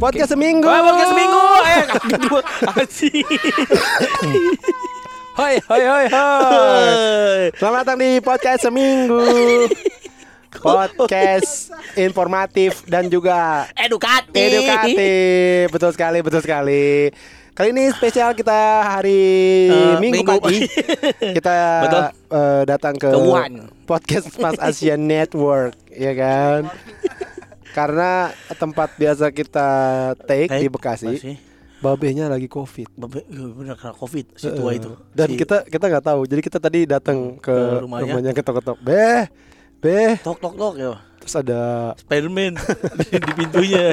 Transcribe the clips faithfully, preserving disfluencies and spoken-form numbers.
Podcast seminggu. Oh, podcast seminggu. Eh, kaget gua. Asik. Hoi hoi hoi hoi. Selamat datang di podcast seminggu. Podcast informatif dan juga Edukatif. edukatif. Betul sekali, betul sekali. Kali ini spesial kita hari Uh, Minggu, Minggu. pagi. Kita Betul. uh, datang ke Ke Wuhan. podcast Mas Asia Network, ya kan? Karena tempat biasa kita take di Bekasi, babehnya lagi COVID. Babe, bener karena COVID si tua itu. Dan Si- kita kita nggak tahu. Jadi kita tadi datang ke, Ke rumahnya. rumahnya, ketok-ketok. Beh, beh. tok tok tok ya. Terus ada Spiderman di, di pintunya.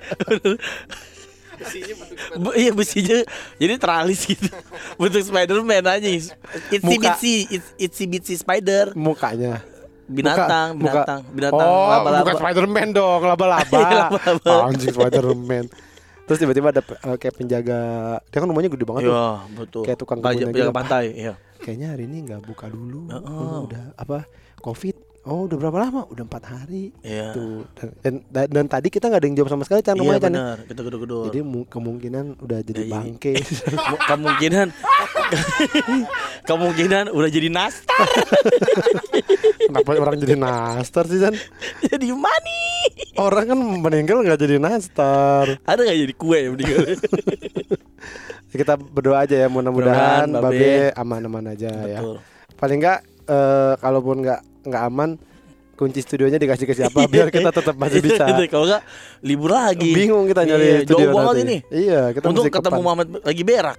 Bu- Iya besinya jadi teralis gitu. Bentuk Spiderman aja. Itsy Muka. bitsy, it's- itsy bitsy spider. mukanya. Binatang, Muka- binatang, binatang, Oh, laba-laba. bukan Spiderman dong, laba-laba. Laba-laba. Anjing Spiderman. Terus tiba-tiba ada uh, kayak penjaga. Dia kan rumahnya gede banget tuh. Iya, betul. Kayak tukang Pajak- kebunnya penjaga gitu. pantai, iya. Kayaknya hari ini nggak buka dulu. Heeh. Oh, udah apa? Covid. Oh, udah berapa lama? Udah empat hari. Iya. Tuh. Dan, dan, dan tadi kita nggak ada yang jawab sama sekali Chan, Iya rumahnya Chan. benar, kita gedor-gedor. Jadi mu- kemungkinan udah jadi Jadi- bangke. Mu- kemungkinan kemungkinan udah jadi nastar. Kenapa orang jadi nastar sih Chan? Jadi money. Orang kan meninggal nggak jadi nastar. Ada nggak jadi kue yang meninggal? Kita berdoa aja ya, mudah-mudahan Mudah-mudahan Babe Babe aman-aman aja ya. Betul. Paling nggak eh, kalaupun nggak nggak aman, kunci studionya dikasih ke siapa biar kita tetap masih bisa. Kalau nggak libur lagi. Bingung kita nyari Iya, studio jauh banget nanti. ini. Iya, kita Untuk mesti ke ketemu depan. Muhammad lagi berak.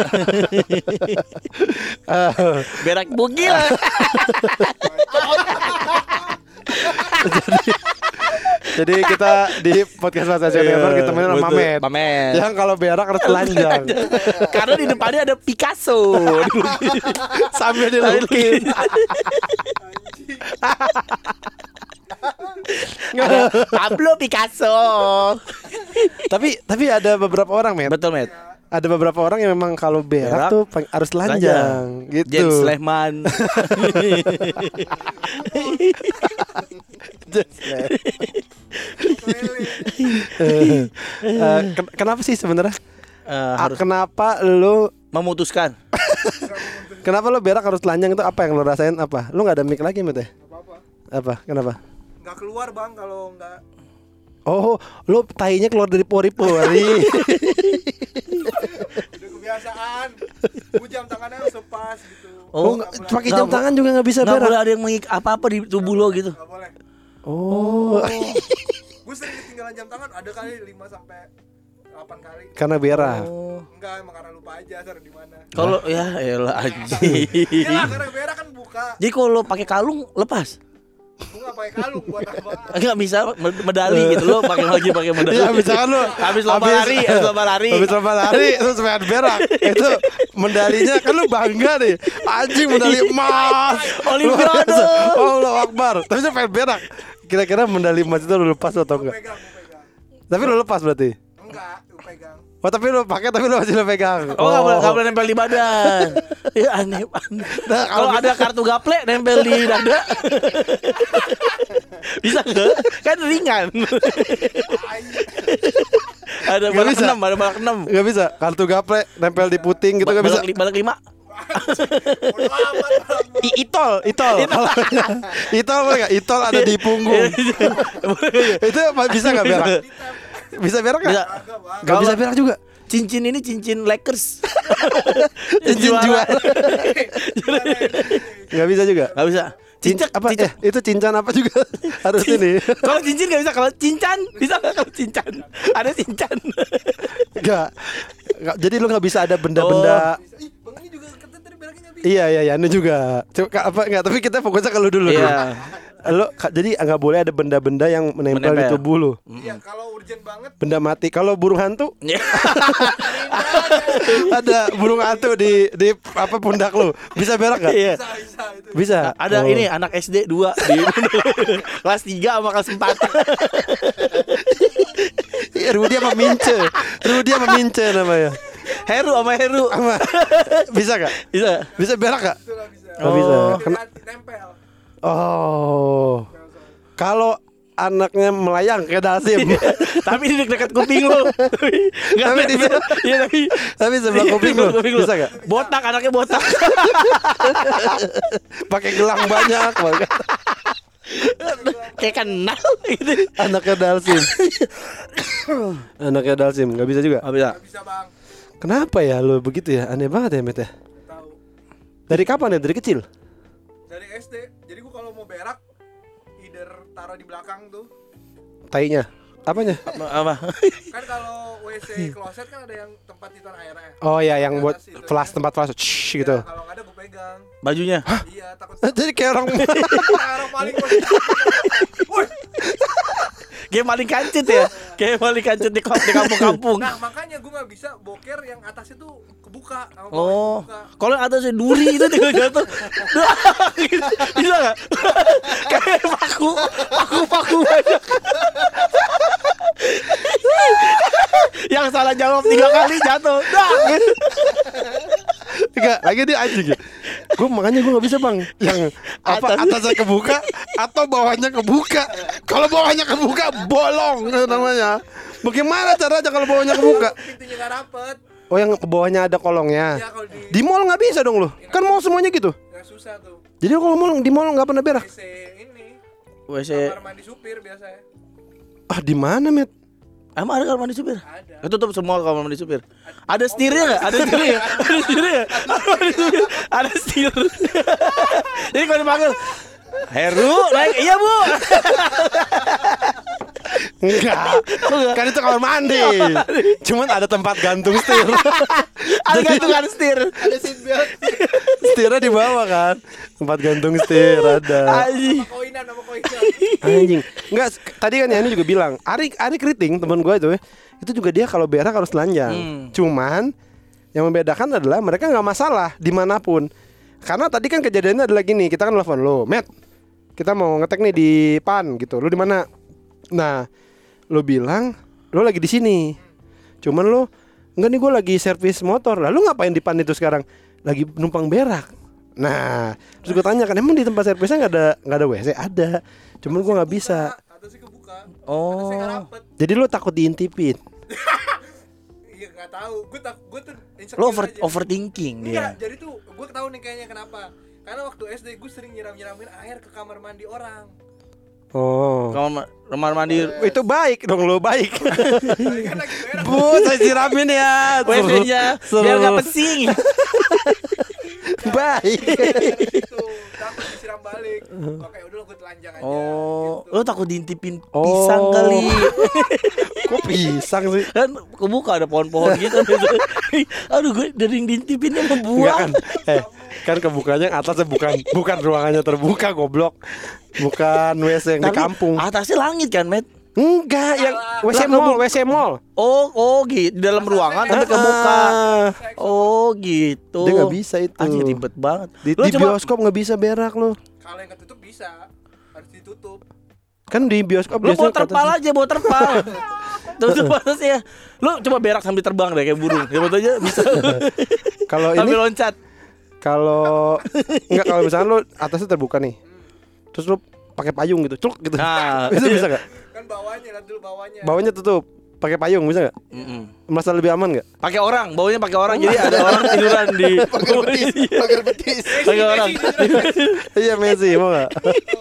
Eh, Berak bugil. Jadi kita di podcast Mas Asia Network kita main sama Betul. Mamet. Mamet. Yang kalau berak harus telanjang. Karena di depannya ada Picasso. Sambil dilukis. Ada Pablo Picasso. tapi tapi ada beberapa orang, Met. Betul, Met. Ada beberapa orang yang memang kalau berak Berak, tuh peng- harus telanjang gitu. James Lehman. Eh, eh, ken- kenapa sih sebenarnya? Eh, Ah, harus kenapa lu memutuskan. kenapa lu berak harus telanjang itu apa yang lu rasain apa? Lu nggak ada mic lagi, Met ya? Apa-apa. Apa? Kenapa? Nggak keluar bang kalau nggak. Oh, lu tainya keluar dari pori-pori. Udah kebiasaan. Gue jam tangannya harus lepas gitu. Oh, nggak- nggak- pakai nggak jam bo- tangan juga nggak bisa Nggak boleh berak. ada yang mengik apa-apa di tubuh lo gitu. Nggak boleh. Oh, Gue sering ketinggalan jam tangan ada kali lima sampai delapan kali. karena berak. Oh. Enggak, emang karena lupa aja taruh di mana. Kalau ya elah anjing. Iya, karena berak kan buka. Jadi kalau lo pakai kalung lepas. Gue nggak pakai kalung buat apa. Enggak bisa med- medali gitu lo pakai lagi pakai medali. Iya, misalkan lu habis lomba lari, habis lomba lari. Habis lomba lari terus pengen berak. Itu medalinya kan lu bangga nih. Anjing medali emas. Olimpiade. Oh, Allah Akbar. Tapi saya pengen berak. Kira-kira medali emas itu lu lepas atau Gue enggak? pegang, gue pegang. Tapi lu lepas berarti. Enggak, gue pegang. Oh, tapi lu pakai tapi lu masih lu pegang. Oh, nggak boleh nggak boleh nempel di badan. Ya aneh. aneh. Kalau ada kartu gaple nempel di dada. Bisa nggak? Kan ringan. Ada Nggak balak bisa. enam, ada balak enam. Enggak bisa. Kartu gaple nempel di puting gitu enggak bisa. Balak, li- balak lima. Bodo amat, Bang. I- itol, itol. Itol boleh enggak? Itol ada di punggung. Itu apa- bisa enggak berak? Bisa berak Bisa. enggak? Agak bang. Enggak bisa berak juga. Cincin ini cincin Lakers. Cincin juara. Enggak bisa juga. Gak bisa. Cincin apa? cincin. Eh, itu cincan apa juga? Harus ini. Kalau cincin gak bisa, kalau cincan bisa nggak kalau cincan? Ada cincan. Enggak. Enggak. Jadi lu enggak bisa ada benda-benda. Ih, bang ini juga kata tadi beraknya nggak bisa. Iya iya iya, ini juga. Coba ka- apa enggak? Tapi kita fokusnya ke lu dulu. Iya. dulu. Lu ka- jadi enggak boleh ada benda-benda yang menempel, di Menempel. tubuh lu. Iya, kalau urgent banget. Benda mati. Kalau burung hantu Iya. ada burung hantu di di apa pundak lu. Bisa berak enggak? Iya. Bisa, bisa itu. Bisa. Ada Oh. ini anak S D dua di kelas tiga sama kelas empat. Iya, Rudi sama Mince. Rudi sama Mince namanya. Heru sama Heru. Sama. Bisa gak? Bisa. Bisa berak gak? Itu nggak bisa. Nggak bisa. Nanti Kena- nempel. Oh. Kalau anaknya melayang kayak Dalsim. Tapi di dekat kuping lu. Enggak Tapi di Iya tapi tapi sebelah kuping lu. Bisa enggak? Botak, anaknya botak. Pakai gelang banyak banget. Kayak kenal gitu. Anaknya Dalsim. Anaknya Dalsim enggak bisa juga. Enggak bisa. Nggak bisa bang. Kenapa ya lu begitu ya? Aneh banget ya, Met ya. Tahu. Dari kapan ya? Dari kecil? Dari S D. Jadi gua kalau mau berak, either taruh di belakang tuh. Tainya. Apanya? Apa? Kan kalau W C kloset kan ada yang tempat titon airnya. Oh ya, yang buat Atas itu, flash ya. tempat flash Shhh, gitu. Ya, kalau nggak ada gua pegang. Bajunya. Iya, takut. Jadi kayak orang Taruh paling gua. Woi. Kayak maling kancut ya. Kayak maling kancut di di kampung-kampung. Nah, makanya gua nggak bisa boker yang atasnya tuh kebuka sama bawahnya Oh, kebuka. kalau yang atasnya duri itu tinggal jatuh. Bisa nggak? Kayak paku, paku, paku banyak. Yang salah jawab tiga kali jatuh. Dah. Enggak, lagi dia anjing ya. Gue makanya gue nggak bisa bang. Yang apa Atas. atasnya kebuka atau bawahnya kebuka. Kalau bawahnya kebuka bolong namanya. Bagaimana caranya kalau bawahnya kebuka? Pintunya nggak rapet. Oh yang bawahnya ada kolongnya. Ya kalau di Di mall nggak bisa dong lo. Kan mall semuanya gitu. nggak susah tuh. Jadi kalau mall di mall nggak pernah berak. W C ini. W C. Kamar mandi supir biasanya. Ah di mana Met? Emang ada kamar mandi supir? Ada. Itu tutup semua kamar mandi supir. Ada setirnya nggak? Ada setirnya? Ada setirnya? Ada setir. Jadi kalau dipanggil, Heru, naik, iya bu. Enggak. Kan itu kamar mandi. Cuman ada tempat gantung setir. Ada gantungan setir. Ada seat belt. Setirnya di bawah kan. Tempat gantung setir ada. Anjing. Sama koinan sama koinan. Anjing. Enggak, tadi kan Yani juga bilang, Ari Ari Kriting teman gue itu, itu juga dia kalau berak harus telanjang. Hmm. Cuman yang membedakan adalah mereka nggak masalah dimanapun. Karena tadi kan kejadiannya adalah gini, kita kan telepon lo, Matt, kita mau ngetek nih di P A N gitu, lo di mana? Nah, lo bilang lo lagi di sini. Cuman lo enggak nih gue lagi servis motor. Lalu ngapain di P A N itu sekarang? Lagi numpang berak. Nah, terus gue tanya kan emang di tempat servisnya nggak ada nggak ada W C? Ada. Cuman gue nggak bisa. Atasnya kebuka. Oh. Atasnya nggak rapet. Jadi lo takut diintipin. Iya nggak tahu. Gue tak gue tuh insecure Lo over aja. overthinking Enggak, dia. jadi tuh gue tahu nih kayaknya kenapa. Karena waktu S D gue sering nyiram-nyiramin air ke kamar mandi orang. Oh. Kamar kamar mandi Itu baik dong lo baik. Kan lagi berak. Bu, saya siramin ya. W C-nya Suruh- biar suruh- nggak pesing. Baik. Gitu. Takut disiram balik. Oke, udah lo gue telanjang aja. Oh, gitu. lo takut diintipin Oh. pisang kali. Kok pisang sih? Kan kebuka ada pohon-pohon gitu. Aduh, gue dari diintipinnya Enggak membuang. kan? Eh, kan kebukanya yang atasnya bukan bukan ruangannya terbuka goblok. Bukan W C yang di Tapi kampung. atasnya langit kan, Met? Enggak, yang W C Lah, mall, kebu- W C mall. Oh, oh gitu. Di dalam ruangan tapi kebuka. Ah, Oh, gitu. dia nggak bisa itu. Anjir ribet banget. Di, Lo di coba bioskop nggak bisa berak lo. Kalau yang ketutup bisa. Harus ditutup. Kan di bioskop Lo bawa biasanya terpal kata- aja, bawa terpal. Tutup atasnya. Lo coba berak sambil terbang deh kayak burung. Ya betul aja bisa. Kalau ini Sambil loncat. kalau enggak kalau misalnya lo atasnya terbuka nih. Terus lo pakai payung gitu, cuk gitu. Nah, Itu bisa enggak? Kan bawahnya, lihat dulu bawahnya. Bawahnya tutup, pakai payung bisa enggak? Mm-mm. Merasa lebih aman enggak? Pakai orang, baunya pakai orang. Jadi ada orang tiduran di Pagar betis, pagar betis. pakai orang. Iya Messi mau enggak?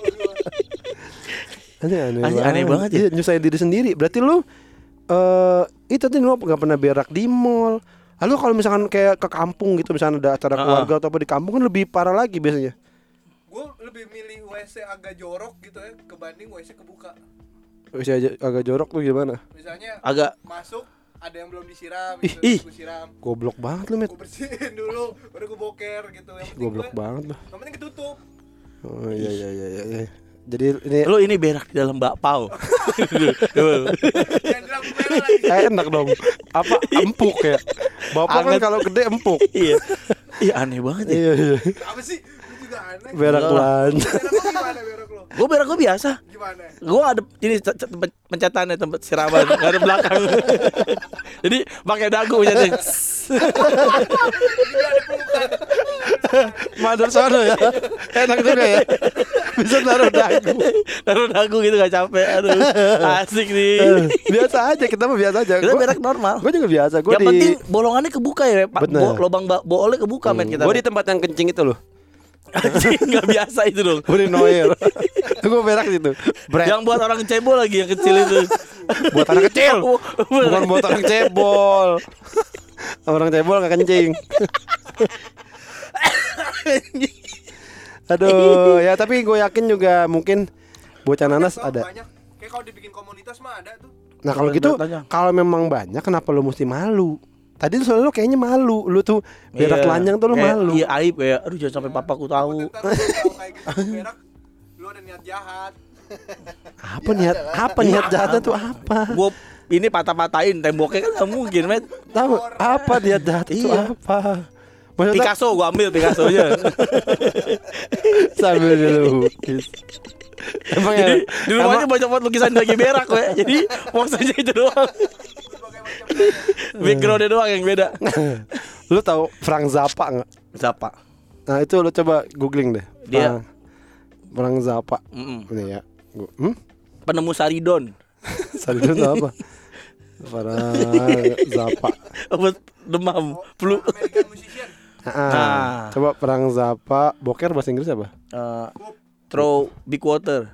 Aneh aneh, Aneh- aneh banget ya. Iya, nyusahin diri sendiri. Berarti lu eh itu tuh lu enggak pernah berak di mall. Lalu kalau misalkan kayak ke kampung gitu, misalnya ada acara Uh-uh. keluarga atau apa di kampung kan lebih parah lagi biasanya. Gue lebih milih W C agak jorok gitu ya kebanding W C kebuka. W C aja agak jorok tuh gimana? Misalnya Agak masuk ada yang belum disiram Ih, gitu, ih. gue siram. Goblok banget lu, Met. Gue bersihin dulu, baru gue boker gitu. Yang penting Goblok gue, banget lu. yang penting ketutup. Oh iya iya iya iya. Jadi ini Lo ini berak di dalam bakpao. Jangan bilang merah lagi. eh, enak dong. Apa empuk ya? Bapak kan Anget. kalau gede empuk. Iya. Iya aneh banget ya. Iya iya. Apa sih? Lu juga aneh. Berak Enggak lah. pelan. Berak lu gimana berak lo? Gue berak gue biasa. Gimana? Gue ada ini c- c- tempat pencetannya tempat siraman, nggak ada belakang. Jadi pakai dagu pencetannya. Ini ada pelukan. Mandor sono ya. Enak juga ya. Bisa naruh dagu. Naruh dagu gitu gak capek. Aduh, asik nih. Biasa aja, kita mah biasa aja. Kita Gua- berak normal. Gue juga biasa. Gue Yang di penting bolongannya kebuka ya, Pak. Bener. Bo- lubang ba- boolnya kebuka men kita. gue di tempat yang kencing itu loh. Enggak biasa itu dong. Gue di Noir. Gue berak situ. Bret. Yang buat orang cebol lagi yang kecil itu. Buat anak kecil. Oh, Bukan buat orang cebol. Orang cebol gak kencing. Aduh, ya tapi gue yakin juga mungkin bocah nanas Banyak tau, ada. banyak. Kayak kalau dibikin komunitas mah ada tuh. Nah kalau gitu, Tanya. kalau memang banyak, kenapa lu mesti malu? Tadi tuh soalnya lu kayaknya malu, lu tuh berak Iya. telanjang tuh lu Kayak, malu. Iya aib ya. Aduh jangan sampai papaku tahu. Ntar lu kalau kayak gitu berak, lu ada niat jahat. Apa niat? Apa niat jahatnya tuh apa? Gua ini patah-patahin temboknya kan nggak mungkin, met. Tahu apa niat jahat itu Iya. apa? Maksudnya Picasso gua ambil Picasso-nya. sambil dilukis. Emang ya? Jadi di rumahnya banyak banget lukisan lagi berak we. Jadi maksudnya itu doang. Berbagai macam gaya. Backgroundnya doang yang beda. Lu tahu Frank Zappa nggak? Siapa? Nah itu lu coba googling deh. Dia- Frank, Frank Zappa. Mm-mm. Ini ya. Gua- Hmm? Penemu Saridon. Saridon itu apa? Frank Zappa. Obat demam, flu. American musician. Ah, Nah. Coba Frank Zappa. Boker bahasa Inggris apa? Eh, throw big water.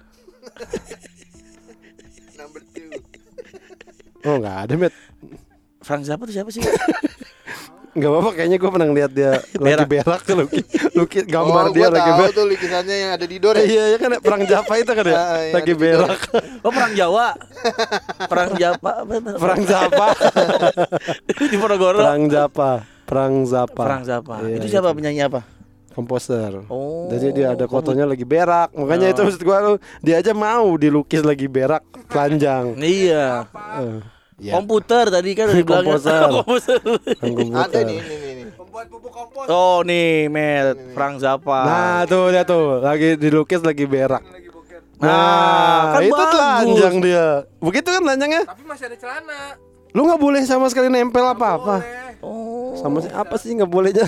Number two. Oh nggak ada met. Frank Zappa tuh siapa sih? Nggak apa-apa kayaknya gue pernah lihat dia lagi Berak. berak lukis, lukis gambar Oh, dia gua lagi tahu berak. tuh lukisannya yang ada di Dor ya. Iya ya kan perang Java itu kan ya Ah, iya, lagi ada di berak. Oh perang Jawa. Perang Java apa itu? Perang Java. di Ponorogo. Perang Java. Perang Zappa. Perang Zappa. Iya, Itu siapa penyanyi apa? Komposer. Oh. Jadi dia ada fotonya lagi berak. Makanya Oh. itu maksud gua lu dia aja mau dilukis lagi berak telanjang. Iya. Eh, ya. Komputer tadi kan udah dibilang. Komposer. Komposer. Kan komputer. Ada nih, nih, nih, nih. Pembuat pupuk kompos. Oh nih, Met, Frank Zappa. Nah, tuh dia tuh lagi dilukis lagi berak. Lagi boker. Nah, kan itu bagus. telanjang dia. Begitu kan telanjangnya? Tapi masih ada celana. Lu nggak boleh sama sekali nempel apa-apa. Boleh. Oh. Sama si apa sih nggak bolehnya?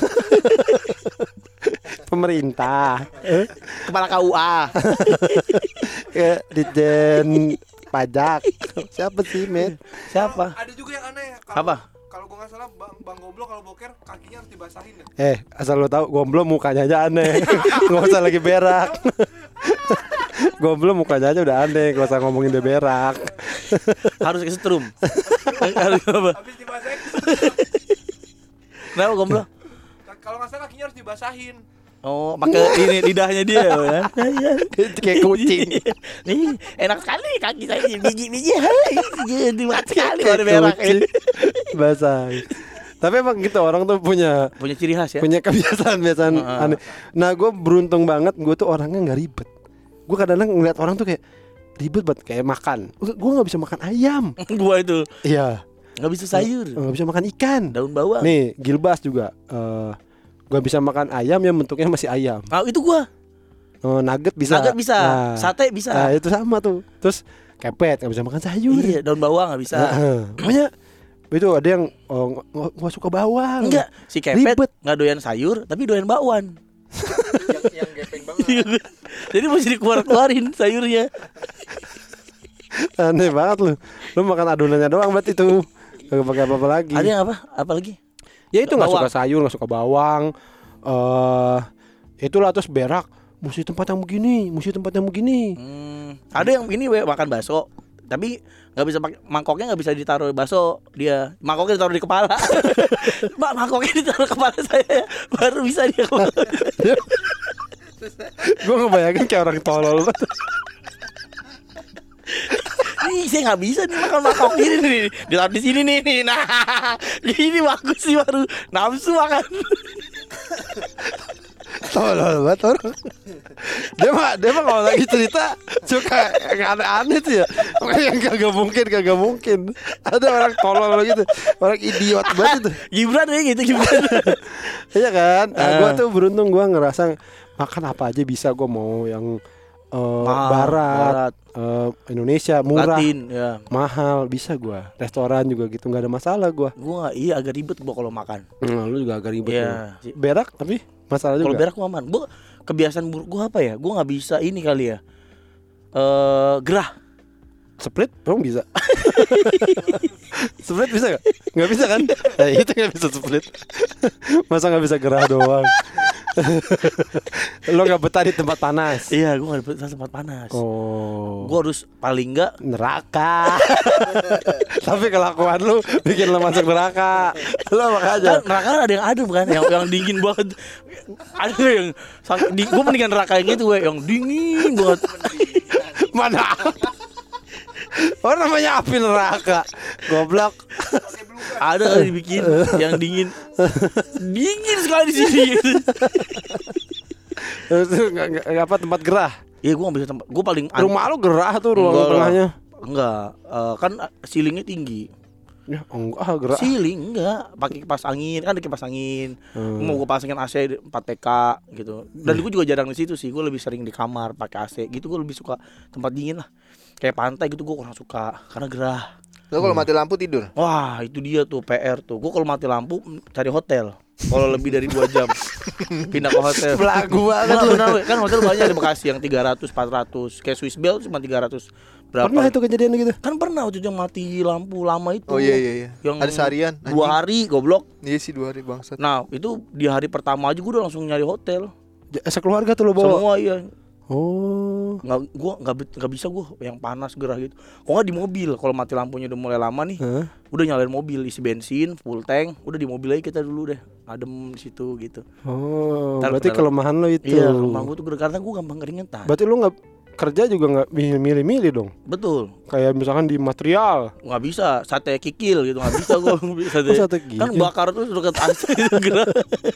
Pemerintah. Kepala K U A. Kayak Ditjen pajak. Siapa sih, Met? Siapa? Ada juga yang aneh. Kalau- Apa? Kalau gua nggak salah, bang, bang goblok kalau boker kakinya harus dibasahin ya. Eh, asal lo tahu gomblo mukanya aja aneh. Nggak usah lagi berak. Gomblo mukanya aja udah aneh, nggak usah ngomongin dia berak. Harus kesetrum. Harus apa? Habis dibasahin. Kenapa gomblo? Kalau nggak salah kakinya harus dibasahin. Oh, pakai ini lidahnya dia kan. Kayak kucing. Nih, enak sekali kaki saya biji-biji. Hai, jadi banget sekali baru Kayak berak. kucing. Basah. Tapi emang gitu orang tuh punya Punya ciri khas ya. punya kebiasaan-kebiasaan Heeh. aneh. Nah, gue beruntung banget, gue tuh orangnya nggak ribet. Gue kadang-kadang ngeliat orang tuh kayak ribet banget kayak makan. Gue nggak bisa makan ayam. Gua itu Iya. nggak bisa sayur, Nggak bisa makan ikan. daun bawang. Nih, Gilbas juga. Eh, gue bisa makan ayam yang bentuknya masih ayam. Ah, itu gua. Oh, nugget bisa. Nugget bisa, Nah, sate bisa. Nah, itu sama tuh. Terus kepet nggak bisa makan sayur. Iya, daun bawang nggak bisa. Heeh. Makanya itu ada yang oh, nggak nggak suka bawang. Enggak, si kepet Ribet. nggak doyan sayur, tapi doyan bakwan. yang, yang gepeng banget. Jadi mesti dikeluar-keluarin sayurnya. Aneh banget lu. Lu makan adonannya doang berarti itu. Gak pakai apa-apa lagi. Ada yang apa? Apa lagi? Ya itu nggak Bawang. suka sayur, nggak suka bawang. Eh, itulah terus berak. Mesti tempat yang begini, mesti tempat yang begini. Hmm, ada yang ini we makan bakso, tapi nggak bisa pakai mangkoknya, nggak bisa ditaruh di bakso, dia mangkoknya ditaruh di kepala. Mbak, mangkoknya ditaruh di kepala saya, baru bisa dia. Gue ngebayangin kayak orang tolol banget. Nih saya nggak bisa nih makan mangkok ini nih, ditaruh di sini nih nih. Nah, ini bagus sih baru nafsu makan. Tolol banget orang. Dia mah dia mah kalau lagi cerita suka yang aneh-aneh tuh ya. Yang kagak mungkin, kagak mungkin. Ada orang tolol gitu, orang idiot banget itu. Gibran ya gitu Gibran. Iya kan? Nah, Ah. gue tuh beruntung gue ngerasa makan apa aja bisa. Gue mau yang uh, Mahal, barat, barat. uh, Indonesia murah, Latin, ya. mahal bisa gua. Restoran juga gitu nggak ada masalah gua. Gua nggak, iya agak ribet gua kalau makan. Hmm, lu juga agak ribet. Iya. Lu. Berak tapi masalah Kalau juga. berak gua aman. Gua kebiasaan buruk gua apa ya? Gua nggak bisa ini kali ya. Eh gerah. Split emang bisa. Split bisa gak? Gak bisa kan? Nah, itu gak bisa split. Masa gak bisa gerah doang. Lo gak betah di tempat panas. Iya, gua nggak bisa tempat panas. Oh, Gua harus paling enggak neraka. Tapi kelakuan lu bikin lo masuk neraka. Lo makanya kan neraka ada yang adem kan, yang yang dingin banget. Ada yang sang- di, gua mendingan neraka yang itu, we, yang dingin banget. mana? Oh namanya api neraka. Goblok. Ada kali dibikin yang dingin. Dingin sekali di sini. Itu nggak nggak nggak apa tempat gerah. Iya, gua nggak bisa tempat. Gua paling an- Rumah lu gerah tuh ruang Enggak lah. tengahnya. Enggak, eh, kan ceilingnya tinggi. Ya enggak ah, gerah. Ceiling enggak, pakai kipas angin, kan ada kipas angin. Hmm. Mau gua pasangin A C empat P K gitu. Dan gua juga jarang di situ sih. Gua lebih sering di kamar pakai A C gitu. Gua lebih suka tempat dingin lah. Kayak pantai gitu gua kurang suka karena gerah. Lo kalau mati lampu tidur. Wah, itu dia tuh P R tuh. Gua kalau mati lampu cari hotel. Kalau lebih dari dua jam pindah ke hotel. Belagu banget Benar, lu. benar, kan hotel banyak di Bekasi yang tiga ratus, empat ratus. Kayak Swiss Bell cuma tiga ratus. Berapa? Pernah itu kejadian gitu? Kan pernah waktu itu yang mati lampu lama itu. Oh iya iya iya. Yang Ada seharian. Dua anjing. hari goblok. Iya sih dua hari bangsat. Nah, itu di hari pertama aja gue udah langsung nyari hotel. Ja- Sekeluarga tuh lo bawa. Semua iya. Oh. Nggak, gua nggak be- nggak bisa gue yang panas gerah gitu. Kok nggak di mobil? Kalau mati lampunya udah mulai lama nih, Hah? udah nyalain mobil, isi bensin, full tank, udah di mobil aja kita dulu deh, adem di situ gitu. Oh, Ntar berarti beneran. kelemahan lo itu. Iya, rumah gue tuh gerah karena gue gampang keringetan. Berarti lu nggak kerja juga nggak milih-milih dong? Betul, Kayak misalkan di material. nggak bisa sate kikil gitu, nggak bisa gue sate. Oh, sate Kan kikil? bakar tuh deket A C itu gerah.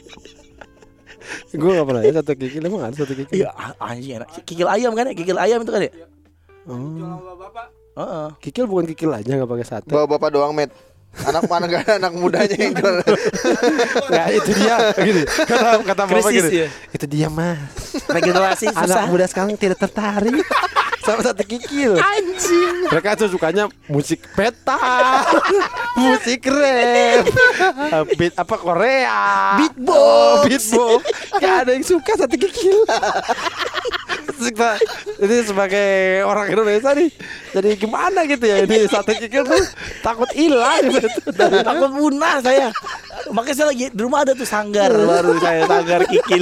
Gue nggak pernah ya sate kikil, emang ada sate kikil? Iya, a- anjing enak. Kikil ayam kan ya? Kikil ayam itu kan ya? Oh. bapak Heeh. Kikil bukan kikil aja nggak pakai sate. Bawa bapak doang, Met. Anak mana gak ada anak mudanya yang jual. Nah itu dia gini. Kata kata bapak Krisis gini. ya? Itu dia mas. Regenerasi susah. Anak muda sekarang tidak tertarik sama sate kikil. Anjing. Mereka tuh sukanya musik peta, musik rap, eh, beat apa Korea, Beatbox. oh, beatbox. Gak ada yang suka sate kikil. Kita ini sebagai orang Indonesia nih, jadi gimana gitu ya ini sate kikil tuh takut hilang gitu. Takut punah saya. Makanya saya lagi di rumah ada tuh sanggar baru saya sanggar kikil.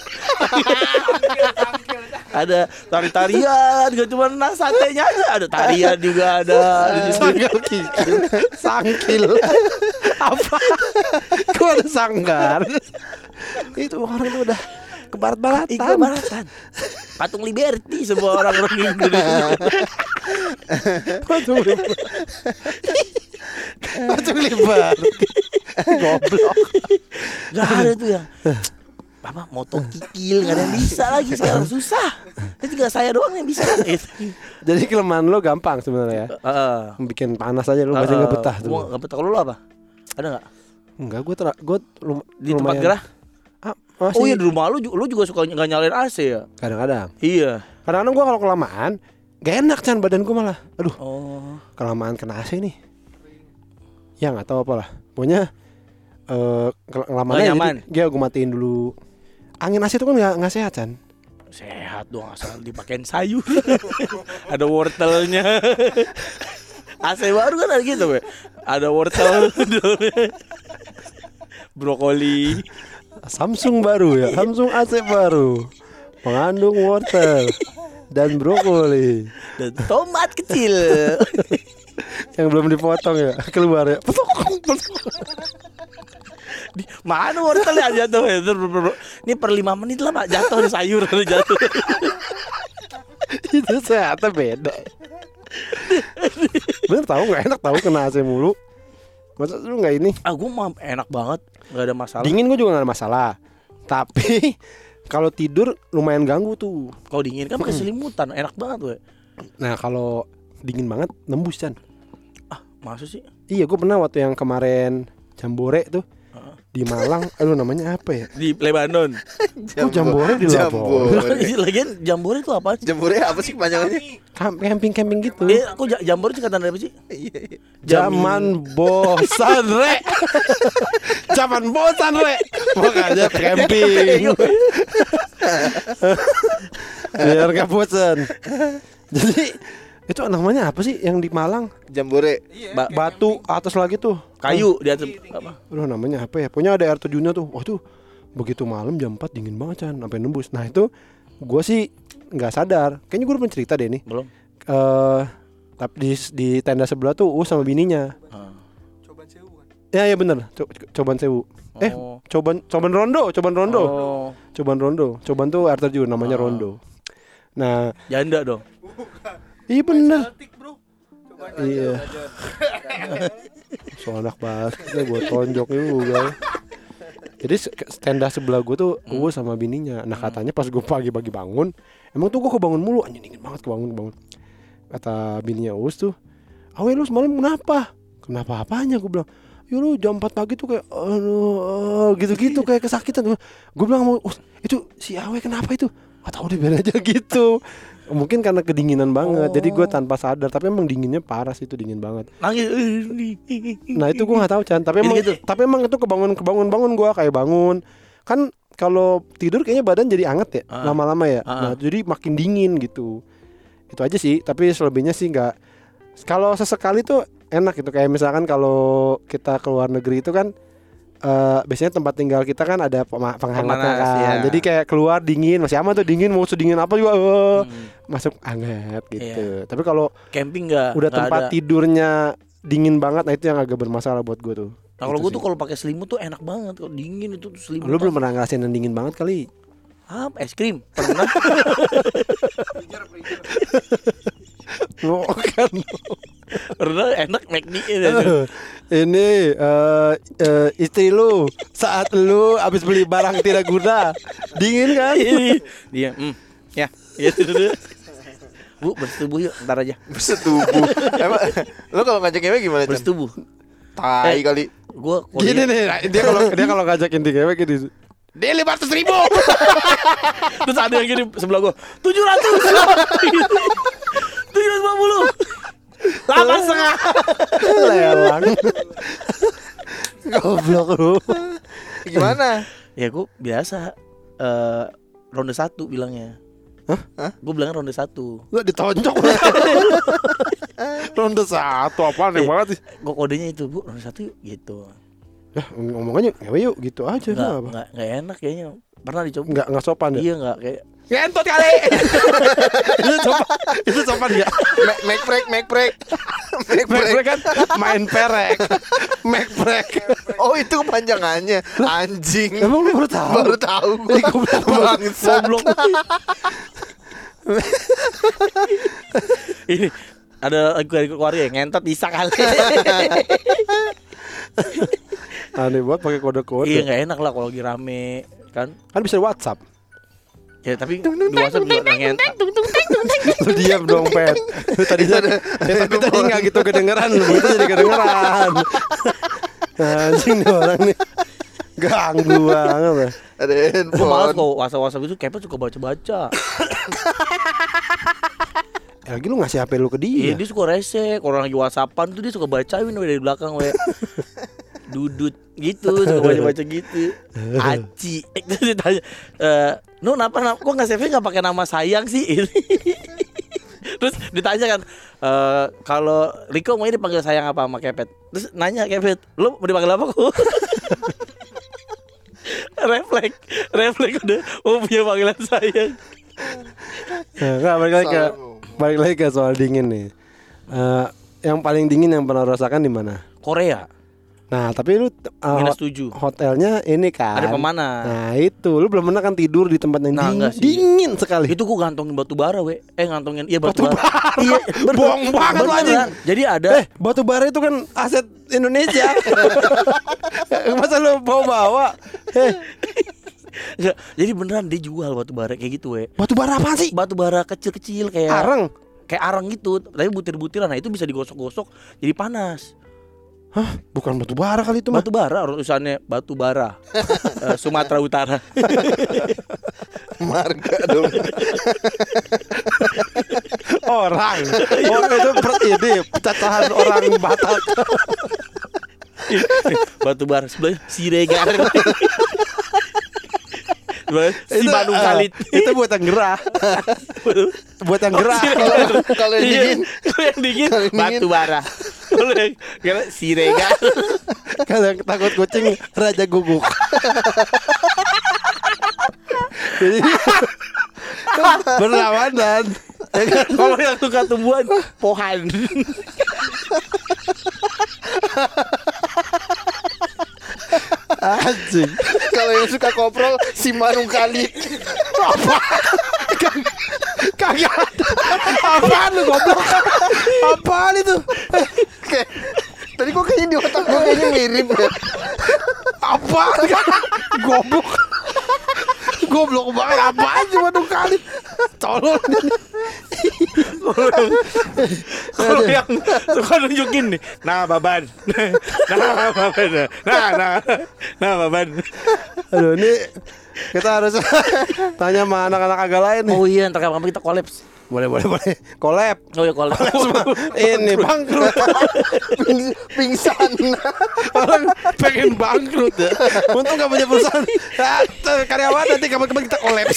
Ada tari-tarian, gak cuma nah, satenya aja, ada tarian juga ada. Sanggar kikil, sangkil, apa? Kok ada sanggar? Itu orang tuh udah ke barat-baratan. Iqbal Baratan. Patung Liberty semua orang-orang Indonesia. Patung libar. Patung libar. Goblok. Gak ada tuh yang apa moto kikil, gak ada yang bisa lagi sekarang, susah. Ini tinggal saya doang yang bisa. Gitu. Jadi kelemahan lo gampang sebenarnya ya. Heeh. Bikin panas aja lo masih nggak betah tuh. Gua nggak betah. Kalau lu apa? Ada nggak? Enggak, gue ter gue lum- Di tempat lumayan- gerah? Ah, masih. Oh iya, di rumah lu, ju- lu juga suka nggak nyalain A C ya? Kadang-kadang. Iya. Kadang-kadang gue kalau kelamaan gak enak Chan badan gue malah. Aduh, Oh. kelamaan kena A C nih. Ya nggak tahu apalah. Pokoknya eh kel- kelamaan Nggak aja nyaman. jadi ya gue matiin dulu. Angin A C itu kan nggak nggak sehat Chan. Sehat dong asal dipakein sayur. Ada wortelnya. A C baru kan ada gitu, we. Ada wortel, brokoli. Samsung baru ya, Samsung A C baru mengandung wortel dan brokoli Dan tomat kecil. yang belum dipotong ya keluar ya. Di, mana wortelnya jatuh ya? Ini per lima menit lah Pak jatuh nih sayur jatuh. Itu sehatnya beda. Bener tahu nggak enak tahu kena A C mulu. Masa lu nggak ini? Ah gue mah enak banget, nggak ada masalah. Dingin gue juga nggak ada masalah. Tapi kalau tidur lumayan ganggu tuh. Kalau dingin kan pakai selimutan, enak banget we. Nah kalau dingin banget nembus Chan. Ah masa sih? Iya gue pernah waktu yang kemarin Jambore tuh. Heeh. di Malang, aduh namanya apa ya? Di Lebanon. Kok Jambore di Labuan? Lagian Jambore itu apa sih? Jambore apa sih kepanjangannya? Camping-camping gitu. Eh, aku ja- Jambore singkatan dari apa sih? Zaman bosan re. Zaman bosan re. Makanya camping. Biar gak bosan. Jadi itu namanya apa sih yang di Malang? Jambore. Ba- Batu atas lagi tuh. kayu di atas apa? Aduh namanya apa ya? Punya ada air terjunnya tuh. Wah tuh begitu malam jam empat dingin banget Chan, sampai nembus. Nah itu gue sih nggak sadar. Kayaknya gue udah pernah cerita deh nih. Belum. Eh tapi di, di tenda sebelah tuh uh sama bininya. Ah. Coban sewu kan. Ya ya bener. Co- coban sewu. Eh Oh. coban coban rondo, coban rondo. Oh. Coban rondo. Coban tuh air terjun namanya Ah. rondo. Nah, Janda dong. iya bener. Celtic, Bro. Coba Iya. So anak basketnya gue tonjok juga. Jadi se- tenda sebelah gue tuh gue sama bininya. Nah katanya pas gue pagi-pagi bangun, emang tuh gue kebangun mulu, anjing dingin banget kebangun kebangun. Kata bininya Us tuh, awe lu semalam kenapa? Kenapa apanya? Gue bilang, ya lu jam empat pagi tuh kayak aduh, gitu-gitu kayak kesakitan. Gue bilang mau Us, itu si Awe kenapa itu? Gak tau deh biar aja gitu. Mungkin karena kedinginan banget. Jadi gue tanpa sadar, tapi emang dinginnya parah sih, itu dingin banget. Nangis. Nah itu gue nggak tahu Chan, tapi emang Gitu-gitu. tapi emang itu kebangun kebangun bangun gue kayak bangun kan kalau tidur kayaknya badan jadi anget ya Ah. lama-lama ya. Ah. Nah jadi makin dingin gitu. Itu aja sih. Tapi selebihnya sih nggak. Kalau sesekali tuh enak gitu, kayak misalkan kalau kita ke luar negeri itu kan eh, biasanya tempat tinggal kita kan ada pema- penghangatnya Pemanas, kan. ya. Jadi kayak keluar dingin masih aman tuh, dingin mau sedingin apa juga eh, Hmm. masuk hangat gitu. Tapi kalau Camping enggak? udah tempat ada. tidurnya dingin banget, nah itu yang agak bermasalah buat gue tuh. Nah, kalau Gitu gue sih. tuh kalau pakai selimut tuh enak banget. Kalau dingin itu tuh selimut. Lu belum pernah ngerasain yang dingin banget kali? Apa? Es krim? Pernah? Oh kan. Pernah enak McD itu. Ini eh, eh, istri lu saat lu habis beli barang tidak guna, dingin kan? Dia, hmm, ya, ya itu dulu. Bu, bersetubuh yuk, ntar aja. Bersetubuh. Emang lu kalau ngajak cewek gimana, Chan? Bersetubuh. Tai Eh. kali. Gue Gini nih, dia kalau dia kalau ngajakin di cewek gitu. Dia lima ratus ribu. Terus ada yang gini sebelah gue, tujuh ratus, tujuh ratus lima puluh, delapan setengah. Lelang. Goblok lu. Gimana? Ya gue biasa eh, ronde satu bilangnya. Hah? Gue bilangnya ronde satu. Lu ditonjok. Ronde satu apaan yang banget sih? Gue kodenya itu, bu, ronde satu yuk, gitu. Ya ngomongnya ngewe yuk gitu aja Nggak, kenapa? nggak, nggak enak kayaknya. Pernah dicoba? Enggak enggak sopan ya? Iya nggak kayak. Ngentot kali. Itu sopan. Itu sopan enggak? Make make break, make break. Make Mac break. kan main perek. Mac break. Oh, itu kepanjangannya. Anjing. Emang lu baru tahu? Baru tahu gua. Bangsa. Goblok. Ini ada lagu dari keluarga ya, ngentot bisa kali. Aneh banget pakai kode-kode. Iya nggak enak lah kalau lagi rame kan. Kan bisa di WhatsApp. Ya tapi di WhatsApp juga nggak ngentot. Lu diam dong, Pet. Lu tadi ya, tapi tadi enggak gitu kedengeran, lu itu jadi kedengeran. Anjing nih orang nih. Ganggu banget ya. Ada Gue malas handphone. kalau WhatsApp WhatsApp itu kepet suka baca-baca. Ya, lagi lu ngasih H P lu ke Iya dia. dia suka rese. Kalau lagi WhatsAppan tuh dia suka bacain we, dari belakang we. Dudut gitu, suka baca-baca gitu. Aci. Terus ditanya, eh, "Nu kenapa nama, kok nggak save nggak pakai nama sayang sih?" Terus ditanya kan, eh, kalau Riko mau dipanggil sayang apa sama Kepet? Terus nanya Kepet, "Lu mau dipanggil apa kok?" refleks, refleks udah mau punya panggilan sayang. Nah, enggak balik lagi ke Salah. balik lagi ke soal dingin nih. Eh, yang paling dingin yang pernah rasakan di mana? Korea Nah, tapi lu uh, minus hot- tujuh. hotelnya ini kan. Ada pemanas. Nah, itu lu belum pernah kan tidur di tempat yang Nah, dingin, enggak sih. dingin sekali. Itu gua gantongin batu bara we. Eh ngantongin iya batu, Batu bara. Iya, bener. Bohong banget lu, anjing. Beneran. Jadi ada Eh, batu bara itu kan aset Indonesia. Masa lu bawa-bawa? Eh, Nggak, jadi beneran dia jual batu bara kayak gitu we. batu bara apa sih? Batu bara kecil-kecil kayak Areng. kayak arang gitu, tapi butir-butiran. Nah, itu bisa digosok-gosok jadi panas. Hah, bukan batu bara kali itu mah. Batu bara, urusannya batu bara. Eh, Sumatera Utara. Marga dong. Orang. Oh, itu per ini pecacahan orang Batak. Batu bara sebelah Siregar. Si Itu, Bandung eh, Kalit. Itu buat yang gerah. Buat yang gerah. Kalau kalau yang Iya, dingin kalau yang dingin Kalau yang batu dingin. bara. Kalau yang kalau Siregar. Kalau yang takut kucing raja guguk. Jadi berlawanan. Kalau yang suka tumbuhan pohan. Anjing. kalau yang suka koprol si Manung Kali. Kagak ada. Apaan lu goblok? Apaan itu? Kayak tadi kok kayaknya di otak gue kayaknya mirip ya. Apaan? Goblok. Goblok banget. Apaan cuma dua kali? Tolong. Kalau yang suka nunjukin nih, nah baban, nah baban, nah nah nah baban. Aduh, ini kita harus tanya sama anak-anak agak lain nih. Oh iya, ntar kapan kita kolaps. Boleh, boleh, boleh. Collab. Oh ya kolaps. Ini bangkrut. Ping- Pingsan. Orang pengen bangkrut ya. Untung gak punya perusahaan. Ah, tuh, karyawan nanti kapan-kapan kita kolaps.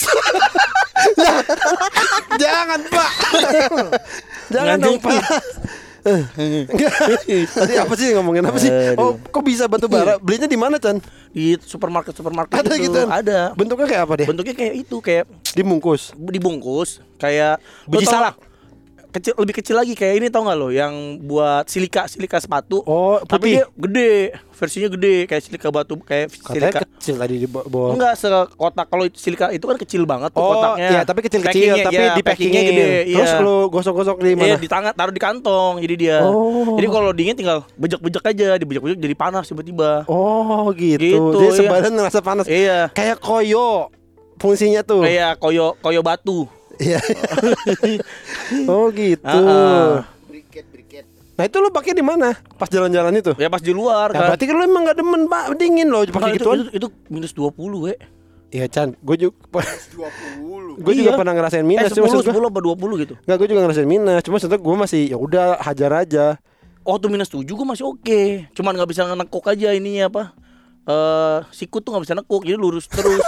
Jangan, Pak. Jangan dong, Pak. Enggak. Tadi apa sih ngomongin apa sih? Oh, kok bisa batu bara? Belinya di mana, Chan? Di supermarket supermarket Ada itu gitu. ada. Bentuknya kayak apa deh? Bentuknya kayak itu, kayak Dibungkus. dibungkus, kayak Biji lo tau salak. nggak? Kecil, lebih kecil lagi kayak ini, tau nggak lo, yang buat silika silika sepatu. Oh, Tapi putih. dia gede, versinya gede kayak silika batu, kayak Katanya silika. kecil tadi di bawah. Enggak sekotak, kalau itu silika itu kan kecil banget tuh Oh, kotaknya. iya, tapi kecil-kecil, Packingnya, tapi ya, di packingnya gede. Terus Iya. lu gosok-gosok di Iya, mana? di tangan, taruh di kantong. Jadi dia. Oh. Jadi kalau dingin tinggal bejek-bejek aja, dibejek-bejek jadi panas tiba-tiba. Oh, gitu. Gitu, Dia iya. sebadan ngerasa panas. Iya. Kayak koyo fungsinya tuh. Kayak koyo koyo batu. Iya. Oh, gitu. Ah, ah. Briket briket. Nah, itu lu pakai di mana? Pas jalan-jalan itu? Ya pas di luar Ya, kan. berarti kan lu emang gak demen, Pak. Dingin loh Nah, pakai itu, gituan. itu, itu minus dua puluh, we. Iya, Chan. Gue juga dua puluh. gue juga Iya. pernah ngerasain Eh, minus. Cuma sepuluh, maksud gua- sepuluh apa dua puluh gitu. Enggak, gue juga ngerasain minus. Cuma sebenarnya gue masih ya udah hajar aja. Oh, tuh minus tujuh gue masih oke. Cuman nggak bisa nekuk aja ininya apa? Eh, sikut tuh nggak bisa nekuk, jadi lurus terus.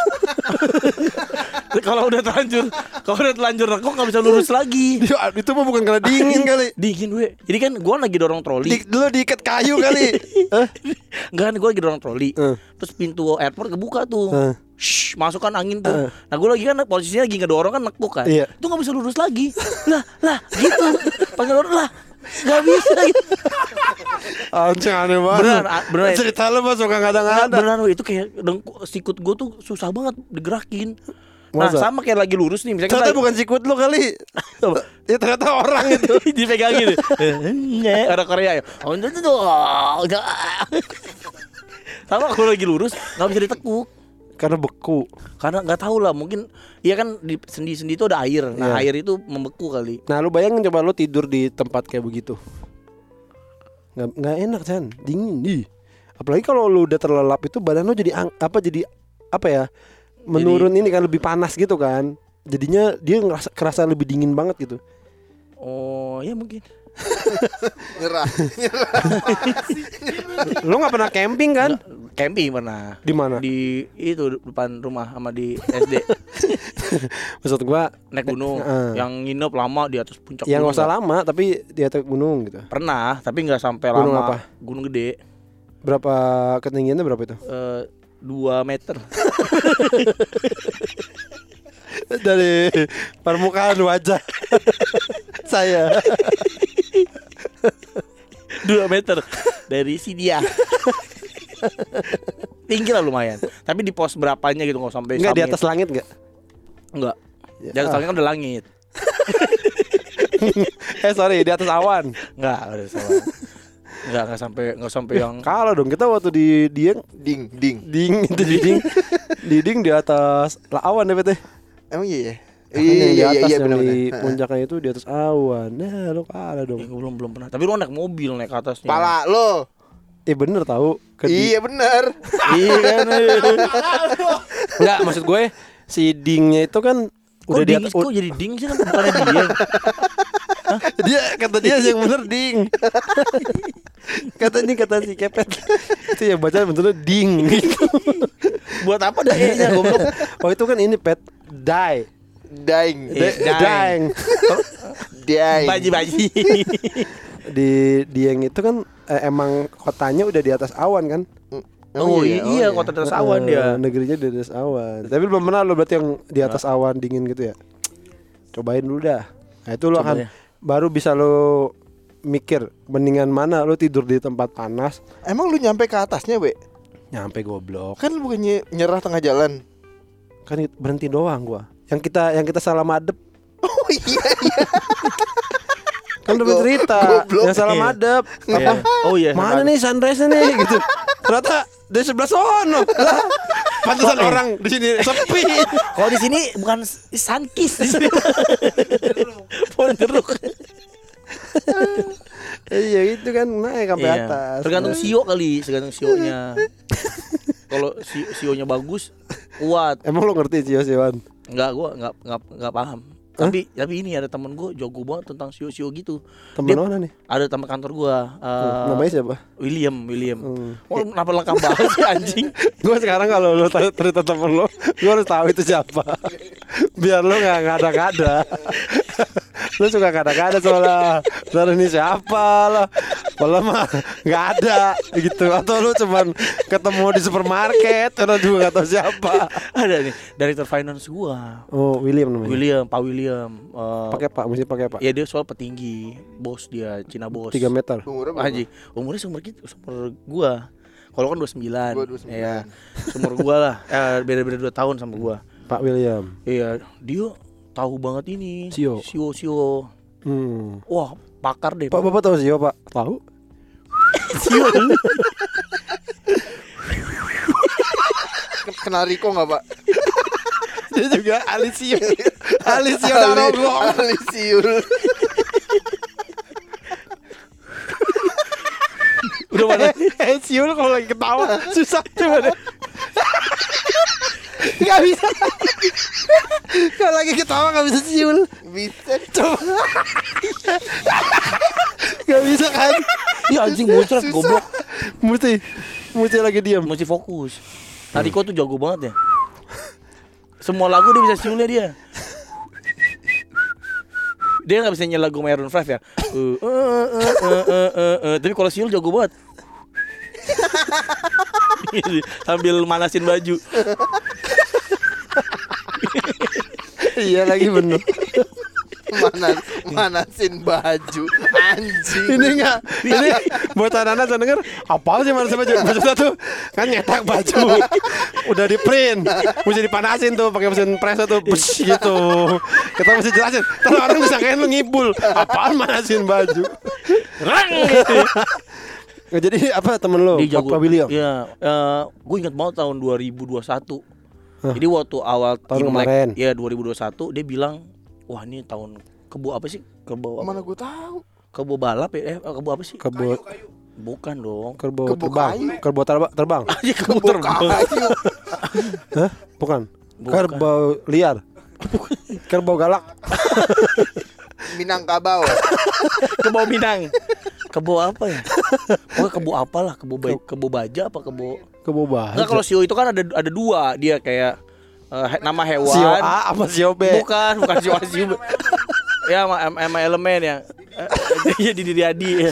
Kalau udah terlanjur, kalau udah terlanjur nekuk nggak bisa lurus lagi. Ya, itu mah bukan karena dingin kali. Dingin, we. Jadi kan gue lagi dorong troli. Di, dulu diikat kayu kali. Hah? Enggak kan, gue lagi dorong troli. Eh. Terus pintu airport kebuka tuh. Eh. Shh, masukkan angin tuh. Eh. Nah, gue lagi kan posisinya lagi ngedorong kan nekuk kan. Iya. Itu nggak bisa lurus lagi. lah, lah, gitu. Pas ngedorong lah, nggak bisa gitu. Anjing aneh banget. Beneran, a- beneran. Cerita lu mah suka Nah, kadang-kadang. beneran, we, itu kayak dengku, sikut gue tuh susah banget digerakin. Nah, Masa? sama kayak lagi lurus nih, misalnya Ternyata kita bukan sikut lu kali. Ya ternyata orang itu. dipegangin. Orang Korea ya. Oh, itu tuh. Sama kalau lagi lurus nggak bisa ditekuk. Karena beku. Karena nggak tahu lah, mungkin iya kan di sendi-sendi itu ada air. Nah, Iya. air itu membeku kali. Nah, lu bayangin coba lu tidur di tempat kayak begitu. Nggak nggak enak, Chan. Dingin. Ih. Apalagi kalau lu udah terlelap itu badan lu jadi ang- apa jadi apa ya? Menurun ini kan lebih panas gitu kan. Jadinya dia ngerasa kerasa lebih dingin banget gitu. Oh, ya mungkin. Nyerah. Lu nggak pernah camping kan? Camping pernah. Di mana? Di itu depan rumah sama di S D. Maksud gua Naik gunung. Heeh. Yang nginep lama di atas puncak yang gunung. nggak usah nggak? lama tapi di atas gunung gitu. Pernah, tapi nggak sampai Gunung lama. apa? Gunung gede. Berapa ketinggiannya berapa itu? Eh, dua meter. Dari permukaan wajah saya. Dua meter dari si dia. Tinggi lah lumayan. Tapi di pos berapanya gitu, nggak sampai Enggak di summit. atas langit enggak? Enggak. Ya. Di atas langit kan udah langit. Eh sorry di atas awan. Enggak, udah sama. Enggak, enggak sampai enggak sampai yang Kalau dong kita waktu di Dieng Ding ding. ding itu di ding di ding di atas lah awan deh bete. Emang iya ya? Yang Iya di iya atas iya yang benar di benar. puncaknya itu di atas awan. Nah, lu kalah Eh, dong. gua belum belum pernah. Tapi lu naik mobil naik ke atasnya. Pala lo. Eh bener tahu. Ke di- Iya benar. Iya kan. Enggak, maksud gue si dingnya itu kan Kok udah di ding, atas. kok jadi ding sih kan bukannya dia. Dia kata dia yang bener ding. Katanya kata si kepet. Itu yang baca bener ding gitu. Buat apa dah E-nya goblok? Oh itu kan ini pet die. Dying. Iya. Da- dying. Dying. Baji-baji. Di Dieng itu kan eh, emang kotanya udah di atas awan kan? Oh iya, iya kota atas awan Eh, dia. Negerinya di atas awan. Tapi belum pernah lo berarti yang di atas awan dingin gitu ya. Cobain dulu dah. Nah itu lo Coba akan ya. baru bisa lo mikir mendingan mana lo tidur di tempat panas. Emang lu nyampe ke atasnya, Be? Nyampe goblok. Kan lu bukannya nyerah tengah jalan. Kan berhenti doang gua. Yang kita yang kita salah madep. Oh iya iya. Kan udah Go- cerita goblok. yang salah Iya. madep. Iya. Oh iya. Mana nih sunrise nih gitu. Ternyata dari sebelah sono. Lah, pantesan orang di sini sepi. Kalau di sini bukan Sunkist di sini. Pohon jeruk. Iya itu kan naik sampai Iya. atas. Tergantung sio kali, tergantung sionya. Kalau si sionya bagus, kuat. Emang lo ngerti sih Sioan? Enggak, gua enggak enggak enggak paham. Tapi tapi ini ada temen gue jago banget tentang sio-sio gitu. Temen Dia- mana nih? Ada teman kantor gua, eh, Namanya siapa? William, William. Hmm. Oh, kenapa lengkap banget sih anjing? Gue sekarang kalau lo tahu cerita temen lo, gue harus tahu itu siapa. Biar lo nggak ngada-ngada. Lo suka ngada-ngada soalnya. Soalnya ini siapa lah? Malah mah nggak ada gitu. Atau lo cuman ketemu di supermarket, karena juga nggak tahu siapa. Ada nih, director finance gua. Oh William namanya. William, Pak William. eh, Pakai pak, mesti pakai pak. Ya dia soal petinggi, bos dia, Cina bos. Tiga meter. Umurnya berapa? Haji, umurnya seumur gitu, seumur gua. Kalau kan dua puluh sembilan. Gua dua puluh sembilan. Iya. Seumur gua lah. Eh, beda-beda dua tahun sama gua. Pak William. Iya, dia tahu banget ini. Sio. Sio, sio. Hmm. Wah, pakar deh. Pak bapak tahu Sio pak? Tahu? Sio. Kenal Riko nggak, Pak? Dia juga Alisio. Alisio Narogong. Alisiul. Udah mana? Eh Siul kalau lagi ketawa susah coba deh. Gak bisa. Kalau lagi ketawa gak bisa Siul. Bisa. Coba. Gak bisa kan? Iya anjing muncrat Susah. goblok. Mesti Mesti lagi diam. Mesti fokus. Tadi kok tuh jago banget ya. Semua lagu dia bisa siulnya dia. Dia nggak bisa nyanyi lagu Maroon five ya. Uh, uh, uh, uh, uh, uh, uh. Tapi kalau siul jago banget. Sambil manasin baju. Iya lagi bener. Mana manasin baju anjing. Ini enggak. Ini buat anak-anak yang denger apa sih manasin baju? Maksudnya tuh kan nyetak baju. Udah di print. Mesti dipanasin tuh pakai mesin press tuh bus gitu. Kita mesti jelasin. Terus orang bisa kayak lu ngibul. Apaan manasin baju? Rang gitu. Nggak, jadi apa temen lo? Dia jago. Pak William. Iya, eh, gue ingat banget tahun dua ribu dua puluh satu. Hah? Jadi waktu awal Tahun Imlek, kemarin. ya dua ribu dua puluh satu dia bilang, "Wah, ini tahun kebo apa sih? Kebo apa? Mana gue tahu. Kebo balap ya? Eh, kebo apa sih? Kebo Bukan dong. Kerbo Kebo terbang. kayu. Kerbo terba- terbang. Aja kebo terbang. Kayu. Hah? Bukan. Bukan. Kerbau liar. Kerbau galak. Minangkabau. Kebo Minang. Kebo apa ya? Oh, kebo apalah? Kebo ba- kebo baja apa kebo? Kebo baja. Enggak, kalau sio itu kan ada ada dua, dia kayak eh, he- nama hewan. Sio A apa Sio B? Bukan, bukan sio A sio B. Ya, sama, sama elemen yang dia di diri Adi. Ya.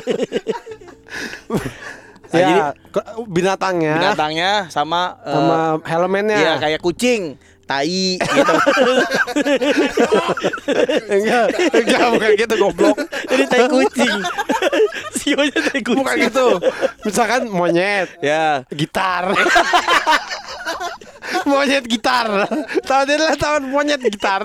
Nah, Ya, jadi ke- binatangnya binatangnya sama eh, sama helmennya. iya kayak kucing, tai gitu. Enggak, enggak bukan gitu goblok. Jadi tai kucing. Sionya tai kucing. Bukan gitu. Misalkan monyet, Ya. gitar. Monyet gitar. Tahu dia lah tahu monyet gitar.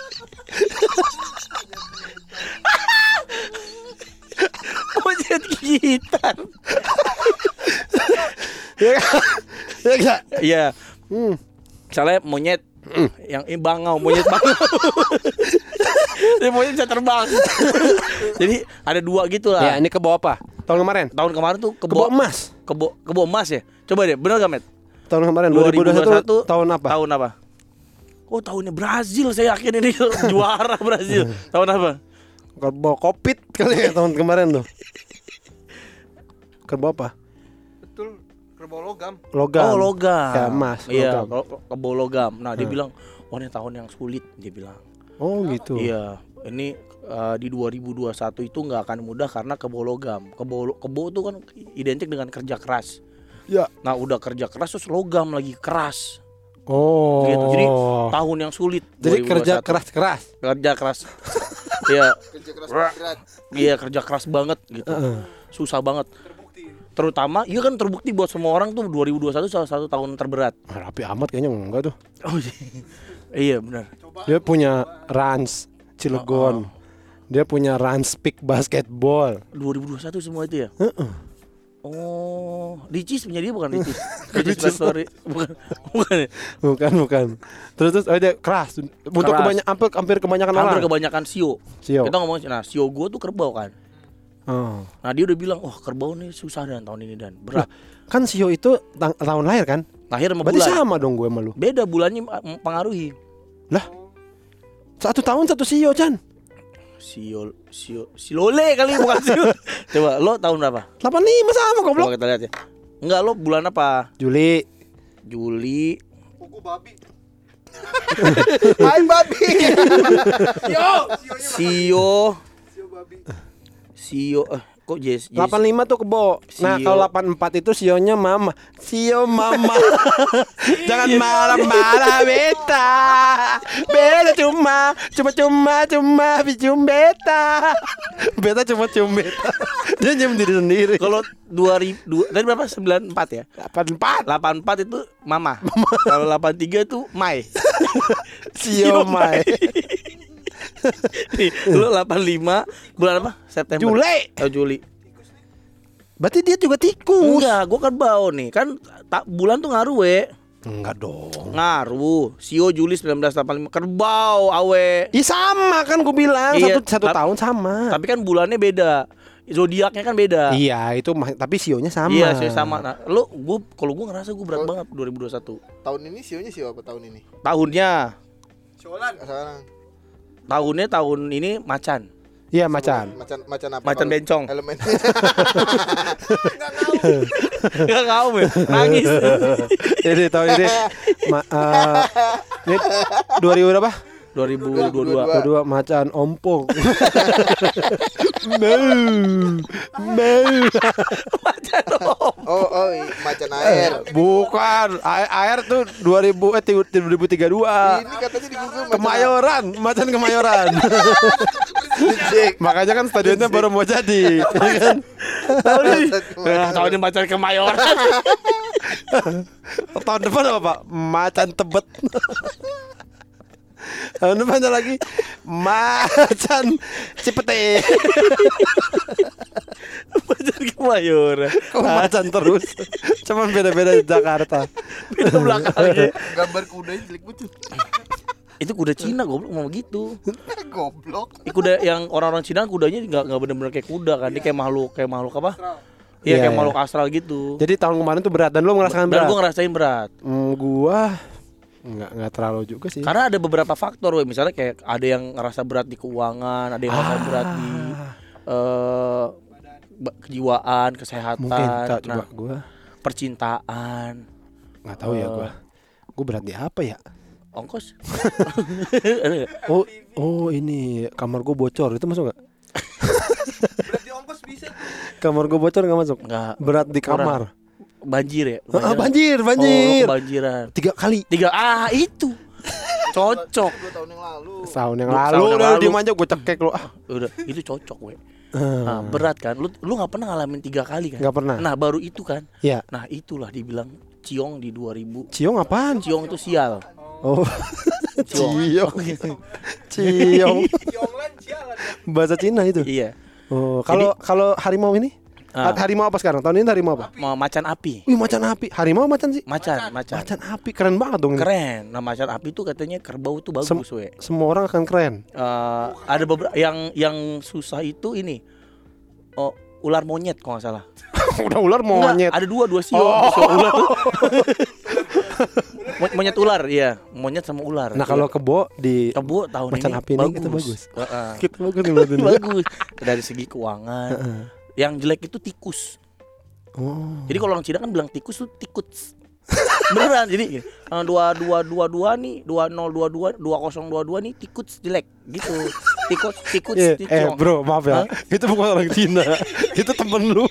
Monyet gitar. Ya kan? Ya enggak? Iya. Hmm. Misalnya monyet yang eh, bangau, monyet bangau. Jadi monyet bisa terbang. Jadi ada dua gitu Ya, lah. ini kebo apa? Tahun kemarin. Tahun kemarin tuh Kebo kebo emas. kebo kebo emas ya. Coba deh, bener gak Met? Tahun kemarin dua ribu dua puluh satu tahun apa? Tahun apa? Oh tahunnya Brazil, saya yakin ini juara Brazil. Tahun apa? Kerbau Covid kali ya tahun kemarin tuh. Kerbau apa? Betul, kerbau logam. Logam. Oh logam. Ya, emas, Iya, logam. kalau kebo logam. Nah dia Hmm. bilang, oh ini tahun yang sulit, dia bilang. Oh gitu. Iya, ini uh, di dua ribu dua puluh satu itu nggak akan mudah karena kebo logam. Kebo kebo itu kan identik dengan kerja keras. Ya. Nah udah kerja keras terus logam lagi keras. Oh. Gitu. Jadi tahun yang sulit. Jadi kerja dua ribu dua puluh satu. keras-keras. Kerja keras. Iya, Kerja keras berat. iya kerja keras banget gitu. Heeh. Susah banget. Terutama, iya kan terbukti buat semua orang tuh dua ribu dua puluh satu salah satu tahun terberat. Ah, rapi amat kayaknya enggak tuh. Oh iya benar. Dia punya Rans Cilegon. Dia punya Rans Peak Basketball. dua ribu dua puluh satu semua itu ya. Heeh. Oh, Ricis punya dia bukan Ricis. Ricis Story bukan bukan. ya? Bukan, bukan. Terus terus oh, dia keras. Untuk Keras. kebanyakan hampir, hampir kebanyakan Hampir orang. kebanyakan sio. Sio. Kita ngomong, nah sio gue tuh kerbau kan. Oh. Nah dia udah bilang, wah kerbau nih susah dan tahun ini dan berat. Kan Sio itu tang- tahun lahir kan? Lahir sama Berarti bulan. sama dong gue sama lu. Beda bulannya mempengaruhi. Satu tahun satu Sio, Chan. Sio, sio, silole kali bukan sio. Coba lo tahun berapa? delapan puluh lima sama goblok. Coba kita lihat ya. Enggak, lo bulan apa? Juli. Juli. Kuku babi. Hai babi. Sio, Sio, sio babi. sio. Eh, kok Jess? Jess? delapan puluh lima tuh kebo. Nah, Sio. kalau delapan puluh empat itu Sionya mama. Sio mama. Jangan marah-marah beta. Beta cuma cuma cuma cuma cium beta. Beta cuma cium beta. Dia cium diri sendiri. Kalau dua ribu tadi berapa? sembilan puluh empat ya? delapan puluh empat delapan puluh empat itu mama. Kalau delapan puluh tiga itu Mai. Sio mai. Nih, lu delapan puluh lima bulan apa? September. Juli. Oh, Juli. Berarti dia juga tikus. Enggak, gua kerbau nih. Kan tak bulan tuh ngaruh, we. Enggak dong. Ngaruh. Sio Juli seribu sembilan ratus delapan puluh lima kerbau, awe. Ih sama kan gue bilang Iya, satu satu tap- tahun sama. Tapi kan bulannya beda. Zodiaknya kan beda. Iya itu mah- tapi sionya sama. Iya, sih sama. Nah, lu gua kalau gua ngerasa gua berat banget dua ribu dua puluh satu. Tahun ini sionya sio apa tahun ini? Tahunnya, Siolan. Sekarang tahunnya tahun ini macan. Iya macan. macan macan apa? Macan kalau bencong. Elemennya. Enggak ngau, ya. Nangis. Jadi tahun ini ma- eh, ini dua ribu berapa? dua ribu dua puluh dua. Kedua macan ompong. Mau. Mau. Macan om. Oh oh i- macan air. Bukan, air, air tuh dua ribu eh ti- dua ribu tiga puluh dua. Ini katanya di Google macan Kemayoran, macan Kemayoran. Jack. Makanya kan stadionnya baru mau jadi, ya kan? Tahun ini. Macan Nah, Kemayoran. tahun ini macan kemayoran. Tahun depan apa Pak? Macan Tebet. Tahun depan ada lagi macan Cipete. Macan kemayoran. Kok macan terus? Cuman beda-beda di Jakarta. Beda belakangnya. Gambar kudanya jelek banget. Itu kuda Cina goblok mau gitu. Goblok. Ini kuda yang orang-orang Cina kudanya nggak nggak benar-benar kayak kuda kan. Dia kayak makhluk kayak makhluk apa? Iya Iya, kayak iya. makhluk astral gitu. Jadi tahun kemarin tuh berat dan lo Dan merasakan berat. gue ngerasain berat. Hmm, gua nggak nggak terlalu juga sih. Karena ada beberapa faktor, we. Misalnya kayak ada yang ngerasa berat di keuangan, ada yang ngerasa Ah. berat di eh, ba- kejiwaan, kesehatan, Mungkin tak coba nah, gua percintaan, nggak tahu ya Eh. gua. Gua berat di apa ya? ongkos. Oh, oh ini kamar gua bocor itu masuk nggak? Berarti ongkos bisa tuh. Kamar Kamar gua bocor nggak masuk. Enggak. Berat di kamar. Banjir ya? Ah, banjir, banjir. Oh, kebanjiran. Tiga kali. Tiga ah itu. Cocok. Dua tahun yang lalu. Tahun yang Tahun lalu yang udah lalu. diem aja gua cekek lo. Ah, Udah, itu cocok, we. Hmm. Nah, berat kan? Lu lu enggak pernah ngalamin tiga kali kan? Nggak pernah. Nah, baru itu kan. Ya. Nah, itulah dibilang ciong di dua ribu. Ciong apaan? Ciong itu sial. Oh. Ciong. Ciong. Ciong. Cionglan cialan. Bahasa Cina itu. Iya. Oh, kalau kalau harimau ini? Ah. Ha- Harimau apa sekarang? Tahun ini harimau apa? Ma- macan api. Wih, macan api. Harimau macan sih? Macan, macan. Macan api keren banget dong ini. Keren. Nah, macan api itu katanya kerbau itu bagus, Sem- we. Semua orang akan keren. Eh, ada beberapa yang yang susah itu ini. Oh, ular monyet kalau nggak salah. Udah ular monyet. Enggak, ada dua dua sio, Oh. sio ular tuh. Mo- monyet ular, iya, monyet sama ular. Nah kalau kebo di kebo tahun macan ini api ini bagus. kita bagus. Heeh. Kita bagus nih berarti nih. Bagus dari segi keuangan. Yang jelek itu tikus. Oh. Jadi kalau orang Cina kan bilang tikus tuh tikuts. Beneran jadi eh, dua dua dua dua nih dua nol dua dua dua nol dua dua nih tikus jelek gitu. Tikus tikus Iya, tikus. eh bro maaf ya, itu bukan orang Cina, itu temen lu.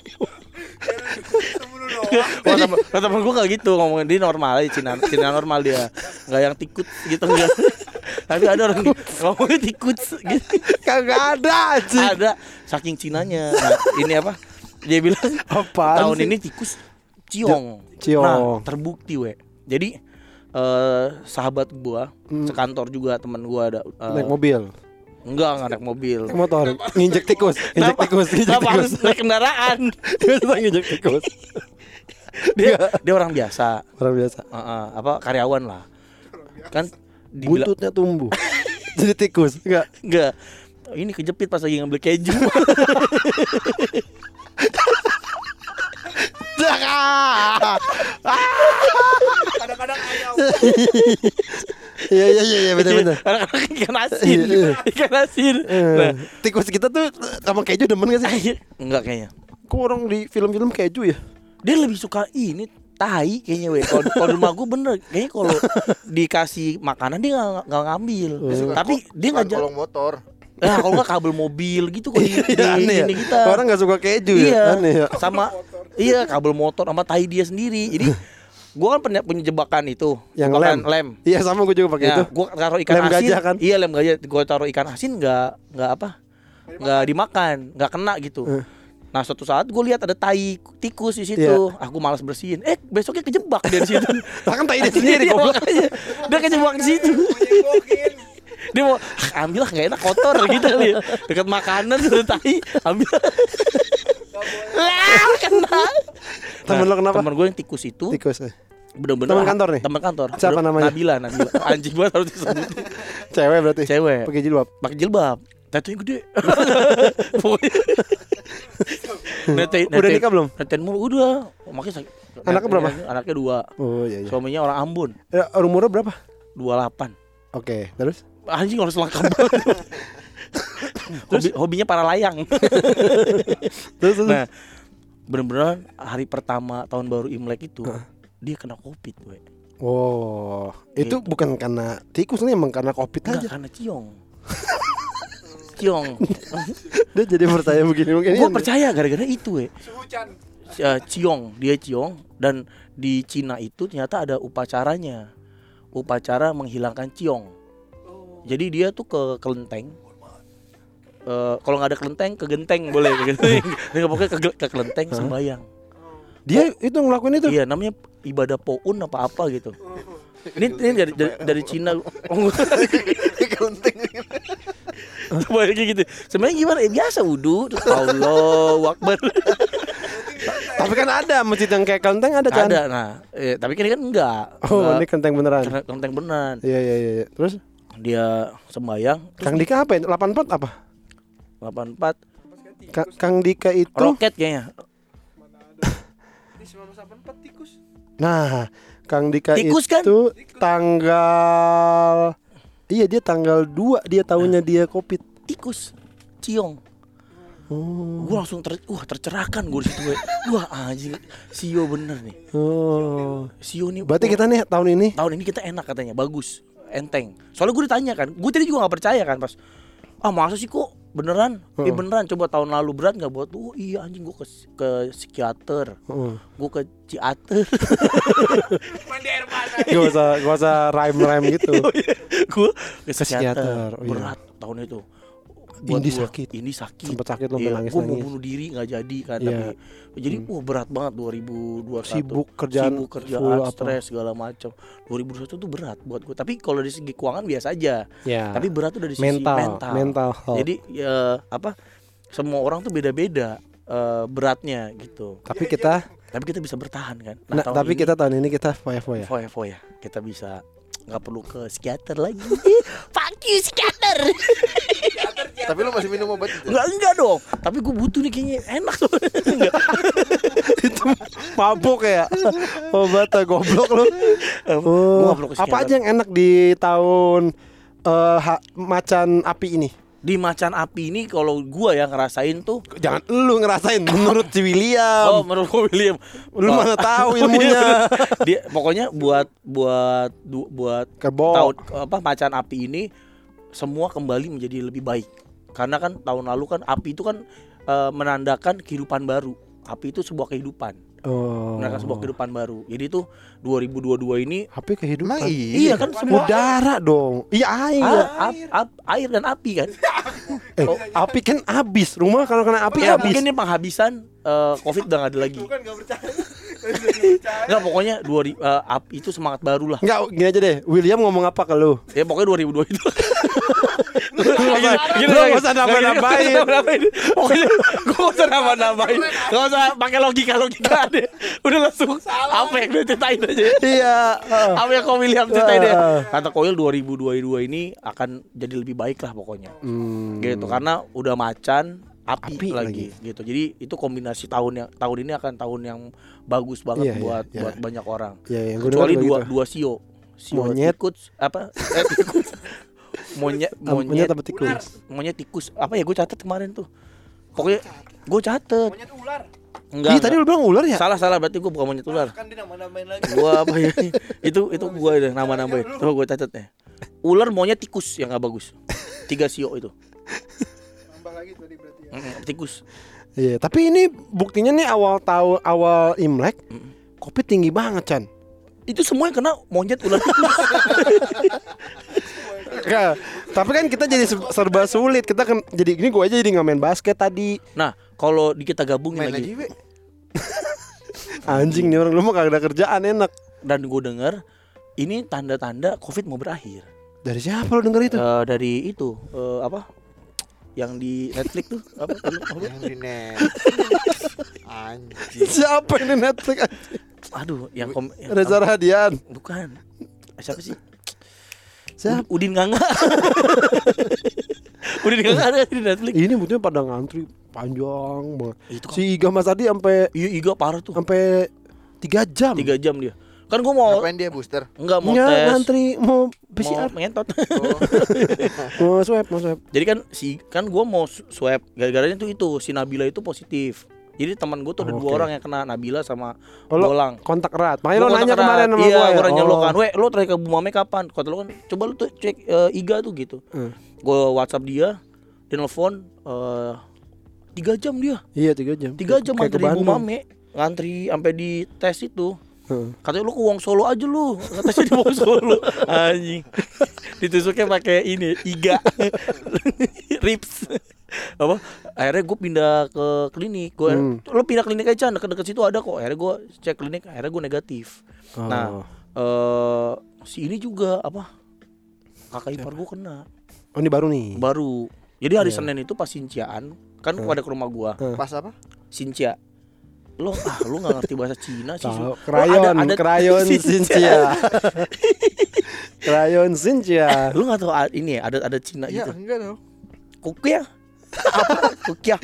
Wah, temen, temen gue gak gitu ngomongin, dia normal aja, Cina, Cina normal dia, nggak yang tikut gitu enggak. Tapi ada orang ngomongin tikut gitu. Kagak ada anjing. Ada saking Cinanya. Nah, ini apa? Dia bilang Apaan tahun sih? ini tikus ciong. Ciong. Nah, terbukti we. Jadi eh, sahabat gua, Hmm. sekantor juga teman gua ada eh, Naik mobil, enggak enggak naik mobil. naik motor, nginjek tikus, nginjek tikus, nginjek Kenapa tikus. harus naik kendaraan? Dia suka nginjek tikus. Dia dia orang biasa. Orang biasa. Heeh, apa karyawan lah. Kan dibilang Buntutnya tumbuh. Jadi tikus, enggak. enggak. Ini kejepit pas lagi ngambil keju. Kadang-kadang ayam. Iya iya iya iya, benar-benar. Kadang-kadang ikan asin. Iya. Ikan asin. Eh, Nah, tikus kita tuh sama keju demen gak sih? enggak kayaknya. Kok orang di film-film keju ya? Dia lebih suka ini tai kayaknya weh. Kalau kalau di rumah gue bener, kayaknya kalau dikasih makanan dia nggak nggak ngambil. Tapi dia nggak jalan. kolong motor. Nah, kalau nggak kabel mobil gitu kok di, di, Iya, aneh ya. ini kita. Orang gak suka keju Iya, ya? Aneh ya. sama iya kabel motor sama tai dia sendiri. Jadi gua kan punya, punya jebakan itu, Yang jebakan lem. lem. Iya sama gue juga pakai Ya, itu. gua taruh ikan Lem asin. gajah kan? Iya, lem gajah. Gua taruh ikan asin nggak nggak apa? Nggak dimakan, nggak kena gitu. Eh. Nah, suatu saat gue lihat ada tai tikus di situ. Iya. Aku malas bersihin. Eh, besoknya kejebak dia di situ. Lah kan tai dia sendiri Iya, goblok. makanya. Dia kejebak di situ. Menyenggolin. Dia mau "Ah, ambil lah, nggak enak kotor gitu kali ya. Dekat makanan tuh tai, ambil. Lah, kena. Temen lo kenapa? Temen gue yang tikus itu Tikus. eh. bener-bener Temen kantor nih? Temen kantor. Siapa Bener- namanya? Nabila, Nabila. Anjing banget harus disebut. Cewek berarti. Cewek. Pakai jilbab. Pakai jilbab. Tatonya gede. Pokoknya. Nete, Udah nikah belum? Neten mulu udah. Makanya sak- Anaknya berapa? Anaknya dua. Oh iya iya. Suaminya orang Ambon. Ya, umurnya berapa? dua puluh delapan. Oke, terus? Anjing harus lengkap banget. Hobi, hobinya para layang. Terus terus. Nah, bener-bener hari pertama tahun baru Imlek itu dia kena Covid, we. Oh, itu Gitu. bukan karena tikus nih, emang karena covid Enggak, aja. karena ciong. Ciong. Dia jadi percaya begini mungkin. Gue percaya gara-gara itu, we. Sehujan. Uh, ciong, dia ciong dan di Cina itu ternyata ada upacaranya. Upacara menghilangkan ciong. Jadi dia tuh ke kelenteng. Uh, kalau nggak ada kelenteng ke genteng boleh ke genteng. Dia pokoknya ke, ke kelenteng sembayang. Dia itu ngelakuin itu. Iya, namanya ibadah poun apa apa gitu. Ini, ini dari, dari dari Cina. Kelenteng. Coba kayak gitu. Sebenarnya gimana? Ya biasa wudu, terus Allahu Akbar. Tapi kan ada masjid yang kayak kelenteng ada kan? Ada. Nah, eh, tapi kan ini kan enggak. Oh, Enggak. ini kelenteng beneran. Karena kelenteng beneran. Iya iya iya. iya. Terus Dia sembayang terus Kang Dika apa? delapan puluh empat apa? delapan puluh empat Ka- Kang Dika itu. roket kayaknya. Ini sembilan belas delapan puluh empat tikus. Nah, Kang Dika Tikus kan? itu tanggal Iya, dia tanggal dua dia tahunya dia Covid. Tikus ciong. Oh. Gue langsung ter wah tercerahkan gue di situ. we. Wah, anjing. Sio bener nih. Oh. Sio nih. Berarti wah, kita nih tahun ini tahun ini kita enak katanya, bagus, enteng. Soalnya gue ditanya kan, gue tadi juga nggak percaya kan pas. Ah masa sih kok beneran? Oh. Eh beneran. Coba tahun lalu berat nggak buat? Oh iya anjing, gue ke ke psikiater, Heeh. gue ke ciater, Mandi air panas. Gak usah gak usah rhyme-rhyme gitu. gue ke psikiater, psikiater. oh iya. Berat tahun itu. Ini gua- sakit. Ini sakit. Sempet sakit lo Iya, nangis gue mau nangis. bunuh diri nggak jadi kan. Iya. Tapi jadi wah berat banget dua ribu dua puluh satu. Sibuk kerjaan, Sibuk kerjaan, full apa. stres segala macam. dua ribu dua puluh satu tuh berat buat gue. Tapi kalau dari segi keuangan biasa aja. Ya. Tapi berat tuh dari sisi mental, mental. mental health. Jadi ya apa? Semua orang tuh beda-beda eh, beratnya gitu. Tapi kita Tapi kita bisa bertahan kan. nah, tahun tapi ini, kita tahun ini kita foya-foya. foya-foya. Kita bisa nggak perlu ke psikiater lagi. Fuck you psikiater. Teater Tapi lu masih minum obat itu? Enggak, enggak dong. Tapi gue butuh nih kayaknya enak tuh. Enggak. Itu mabuk ya. Obat goblok lu. Gua Oh, nggak perlu ke apa psikiater. aja yang enak di tahun eh, ha- macan api ini? Di macan api ini kalau gua ya ngerasain tuh. Jangan lu ngerasain menurut si Oh, William. menurut gua William. Lu Oh. mana tahu Iya, ilmunya. bener. Dia pokoknya buat buat du- buat Kebo. tahun apa macan api ini semua kembali menjadi lebih baik. Karena kan tahun lalu kan api itu kan eh, menandakan kehidupan baru. Api itu sebuah kehidupan. Oh. Menandakan sebuah kehidupan baru. Jadi itu dua ribu dua puluh dua ini Api kehidupan. Emang iya? iya kan semua Udara dong. Iya air. Ah, ap- ap- air dan api kan. Eh, api kan habis. Rumah kalau kena api Ya habis. mungkin ini penghabisan eh, Covid udah gak ada lagi. Bukan enggak percaya. Enggak pokoknya dua ribu eh, api itu semangat baru lah. Enggak, gini aja deh. William ngomong apa ke lu? Ya pokoknya dua ribu dua itu. Lu nggak usah nambah-nambahin. Pokoknya gue gak usah nambah-nambahin. Gak usah pakai logika-logika deh. Udah langsung apa yang gue ceritain aja. Iya. heeh. Apa yang kau William ceritain deh. Heeh. Kata Koil dua ribu dua puluh dua ini akan jadi lebih baik lah pokoknya. Hmm. Gitu karena udah macan api, Api lagi, lagi. gitu. Jadi itu kombinasi tahun yang tahun ini akan tahun yang bagus banget Iya, buat iya, buat iya. banyak orang. Iya, yang gua Kecuali dengar dua begitu. dua sio. Sio Monyet. tikus apa? Eh, tikus. Monyet Monyet monyet apa tikus? monyet tikus. Apa ya gue catat kemarin tuh. Pokoknya gue catat. Monyet ular. Enggak. Ih, tadi lu bilang ular ya? Salah salah berarti gue bukan monyet ular. Kan dia nama-namain lagi. Gua apa ya? itu itu gua udah nama-namain. Coba gue catat ya. Ular monyet tikus yang gak bagus. Tiga sio itu. Tambah lagi tadi berarti ya. Mm-mm, tikus. Iya, tapi ini buktinya nih awal tahun awal Imlek, Covid tinggi banget, Chan. Itu semua yang kena monyet ular tikus. Nggak, tapi kan kita jadi se- serba sulit. Kita kan jadi gini, gua aja jadi nggak main basket tadi. Nah, kalau di kita gabungin Main aja, lagi we. Anjing nih orang, lu mah kagak ada kerjaan enak. dan gue dengar ini tanda-tanda Covid mau berakhir. Dari siapa lu denger itu? Eh, dari itu eh, apa? Yang di Netflix tuh apa? tadi apa? Yang di net. Anjing. Siapa yang di Netflix? Aduh, yang kom yang, Reza Radian. bukan. Siapa sih? Siapa? Udin Gangga. Udin Gangga ada di Netflix. Ini buktinya pada ngantri panjang banget. Itu kan. Si Iga Mas Adi sampai Iya, Iga parah tuh. sampai tiga jam. Tiga jam dia. Kan gue mau Ngapain dia booster? enggak mau Nggak, tes. ngantri mau P C Mau R, ngentot. Oh. mau swab, mau swab. Jadi kan si kan gue mau swab gara-garanya tuh itu si Nabila itu positif. Jadi teman gue tuh ada Oh, dua oke. orang yang kena, Nabila sama Oh, lo Bolang. kontak erat. Makanya lo Gua nanya kontak kemarin erat. sama iya, gua ya. gue nanya lo Oh. kan, "Weh, lo terakhir ke Bumame kapan?" Kata lo kan, "Coba lo tuh cek eh, Iga tuh gitu." Hmm. Gue WhatsApp dia, dia nelfon eh tiga jam dia. Iya tiga jam. Tiga jam Kayak ke ngantri Bandung. Bumame, ngantri sampai di tes itu. Heeh. Katanya lu ke Wong Solo aja lu. Katanya di Wong Solo. Anjing. Ditusuknya pakai ini iga. Rips. Apa? Akhirnya gue pindah ke klinik. Gue Hmm. lu pindah klinik aja, deket-deket situ ada kok. Akhirnya gue cek klinik, akhirnya gue negatif. Oh. Nah, eh si ini juga apa? Kakak ipar gue kena. Oh ini baru nih. Baru. Jadi hari Iya. Senin itu pas sinciaan, kan pada ke rumah gua. Pas apa? Sincia. Lo ah lu nggak ngerti bahasa Cina sih. Tahu. Su. Lo Krayon, ada- ada- krayon Sincia. Cynthia. Krayon Cynthia. Lu nggak tahu ah, ini ya, ada ada Cina Ya gitu. enggak dong. Kukia. Apa? Kukia.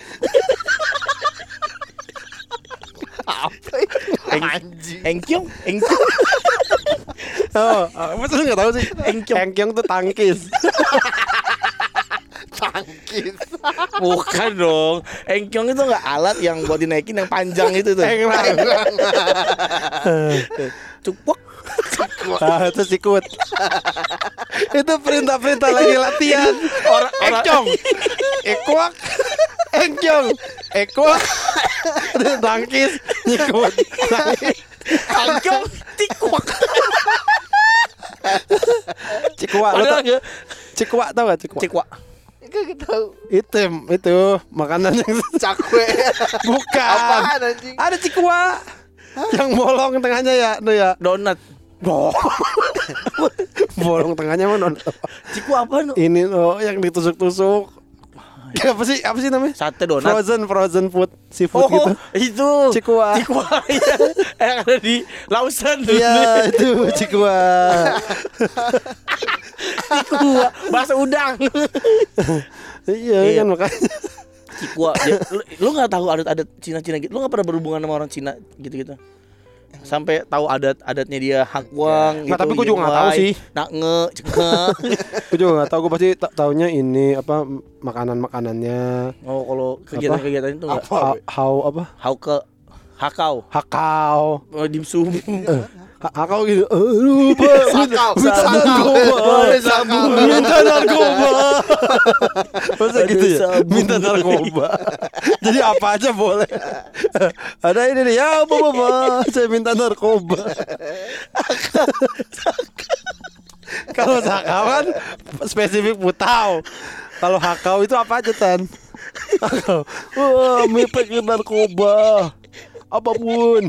Apa itu? Eng- Anjing. Engkyong, engkyong, Oh, masa lu nggak tahu sih? Engkyong. Engkyong tuh tangkis. Tangkis. Bukan dong. Engkyong itu nggak alat yang buat dinaikin yang panjang itu tuh. Englang. Cupok. Ah, itu sikut. Itu perintah-perintah lagi latihan. Orang orang Engkyong. Ekuak. Engkyong. Ekuak. Tangkis. Nyikut. Engkyong tikuak. Cikua, lu Padahal tau, nggak cikua tau gak cikua? Cikwa. Enggak tahu. Itu, itu makanan yang Cakwe. bukan. Apaan anjing? Ada cikua. Yang bolong tengahnya ya, tuh ya. Donat. Bo- bolong tengahnya mana? Cikwa apa nu? Ini loh yang ditusuk-tusuk. Apa sih? Apa sih namanya? Sate donat. Frozen, frozen food, seafood Oh, gitu. itu. Cikua. Cikwa. Iya. Yang ada di Lausan tuh. Iya, itu cikua. Cikwa. Bahasa udang. Iya, Iya. kan makanya. Cikua. Ya, lu, lu nggak tahu adat-adat Cina-Cina gitu. Lu nggak pernah berhubungan sama orang Cina gitu-gitu. Sampai tahu adat-adatnya dia hakwang gitu. Nggak, tapi gua juga nggak tahu sih. Nak nge, ceke. Gue juga nggak tahu, gue pasti ta- taunya ini apa makanan-makanannya. Oh, kalau kegiatan-kegiatan itu enggak. Ha- How apa? Hau ke hakau. Hakau. Oh, dimsum. Ha- Hakau gitu. Aduh, Pak. Sakau, Minta sakau. narkoba. Boleh sakau. Minta narkoba. Masa gitu ya? sabun. Minta narkoba. Jadi apa aja boleh. Ada ini nih, ya bapak, saya minta narkoba. Kalau sakau kan spesifik putau. Kalau hakau itu apa aja, Tan? Hakau. Wah, pengen narkoba. Apapun.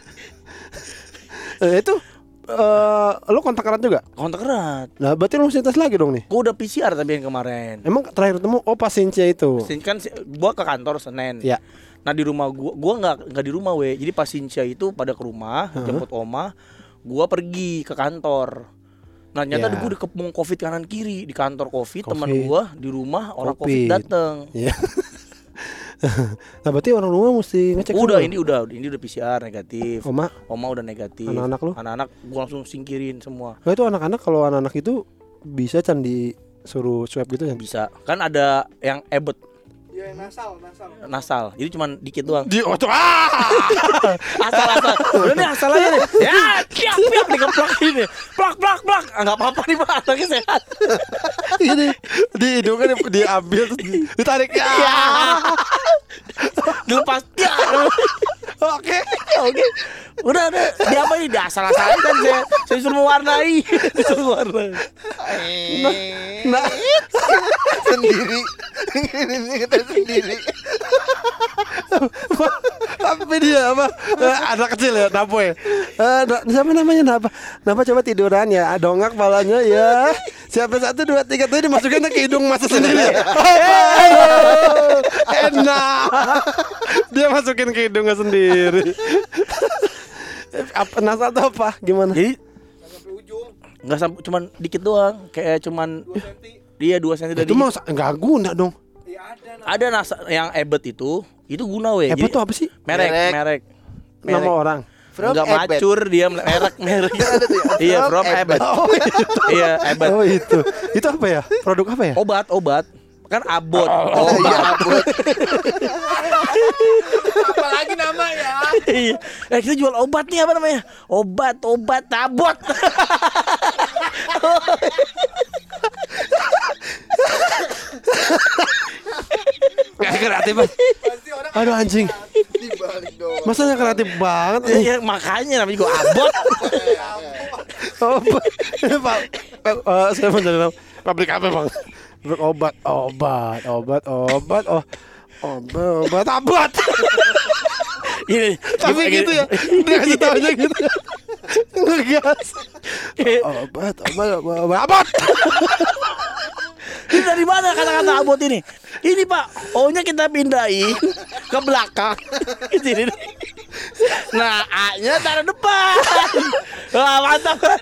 Eh, itu eh lu kontak erat juga? Kontak erat. Nah, berarti lu mesti tes lagi dong nih. Gua udah P C R tapi yang kemarin. Emang terakhir ketemu oh pas Sinca itu. Sin- Kan si- gua ke kantor Senin. Ya. Nah di rumah gua, gua nggak nggak di rumah we. Jadi pas Sincia itu pada ke rumah jemput oma, gua pergi ke kantor. Nah ternyata Ya. gua dikepung covid kanan kiri di kantor covid, teman Covid. gua di rumah orang Covid. covid dateng. Iya. Nah, berarti orang rumah mesti ngecek Udah dulu. ini udah ini udah P C R negatif. Oma, Oma udah negatif. Anak-anak lu? Anak-anak gua langsung singkirin semua. nah itu anak-anak kalau anak-anak itu bisa can disuruh swab gitu kan? Bisa. Kan ada yang ebet Iya, nasal, nasal. nasal. Jadi cuman dikit doang. Di oh, tuh, ah! Asal-asal. Udah nih asal aja nih. Ya, piak piak dikeplak ini. Plak plak plak. Ah, enggak apa-apa nih, Pak. Anaknya sehat. Ini di hidungnya di- diambil terus di- ditarik ya. Ya. Dilepas ya. Oke. Oke. Udah udah. Dia apa ini? Dia asal-asal aja kan saya. Saya suruh mewarnai. Disuruh mewarnai. Nah, Sendiri. Ini kita sendiri. apa dia apa? Eh, anak kecil ya, Napo ya. Eh, na- siapa namanya Napa? Napa coba tiduran ya, dongak kepalanya ya. Siapa satu dua tiga tuh dimasukin ke hidung masa sendiri. Oh, enak. Dia masukin ke hidungnya sendiri. Apa nasal tuh apa? Gimana? Jadi Sampai ujung enggak sampai cuman dikit doang. Kayak cuman dua senti. dia dua senti dari Itu mah nggak guna dong. Iya ada. Nah. ada nasa yang ebet itu itu guna we. Apa Jadi tuh apa sih? merek Merek. merek. Nama orang. From Enggak Ebet. macur dia merek merek. Ada tuh ya, Iya, from from Ebet. Ebet. Oh, itu. Iya, ebet. Oh, itu. Itu apa ya? Produk apa ya? Obat, obat. Kan abot. Oh iya, abot. Apalagi nama ya. Iya. Eh, kita jual obat nih apa namanya? Obat, obat, abot. Gak kreatif banget. Pasti orang Aduh anjing. Dibalik dong. Masanya kreatif banget nih. Iya, makanya namanya juga abot. Oh, Pak. Pak. Eh, saya mau jadi nama. Pabrik apa, Bang? Pabrik obat, obat, obat, obat, oh. Obat, obat, obat. Ini. Tapi gitu ya. Dia kasih tahu aja gitu. Ngegas. Obat, obat, obat, obat, obat. Ini dari mana kata-kata abot ini? Ini Pak, O-nya kita pindahin ke belakang. Ini, ini. Nah, A-nya taruh depan. Wah, mantap kan?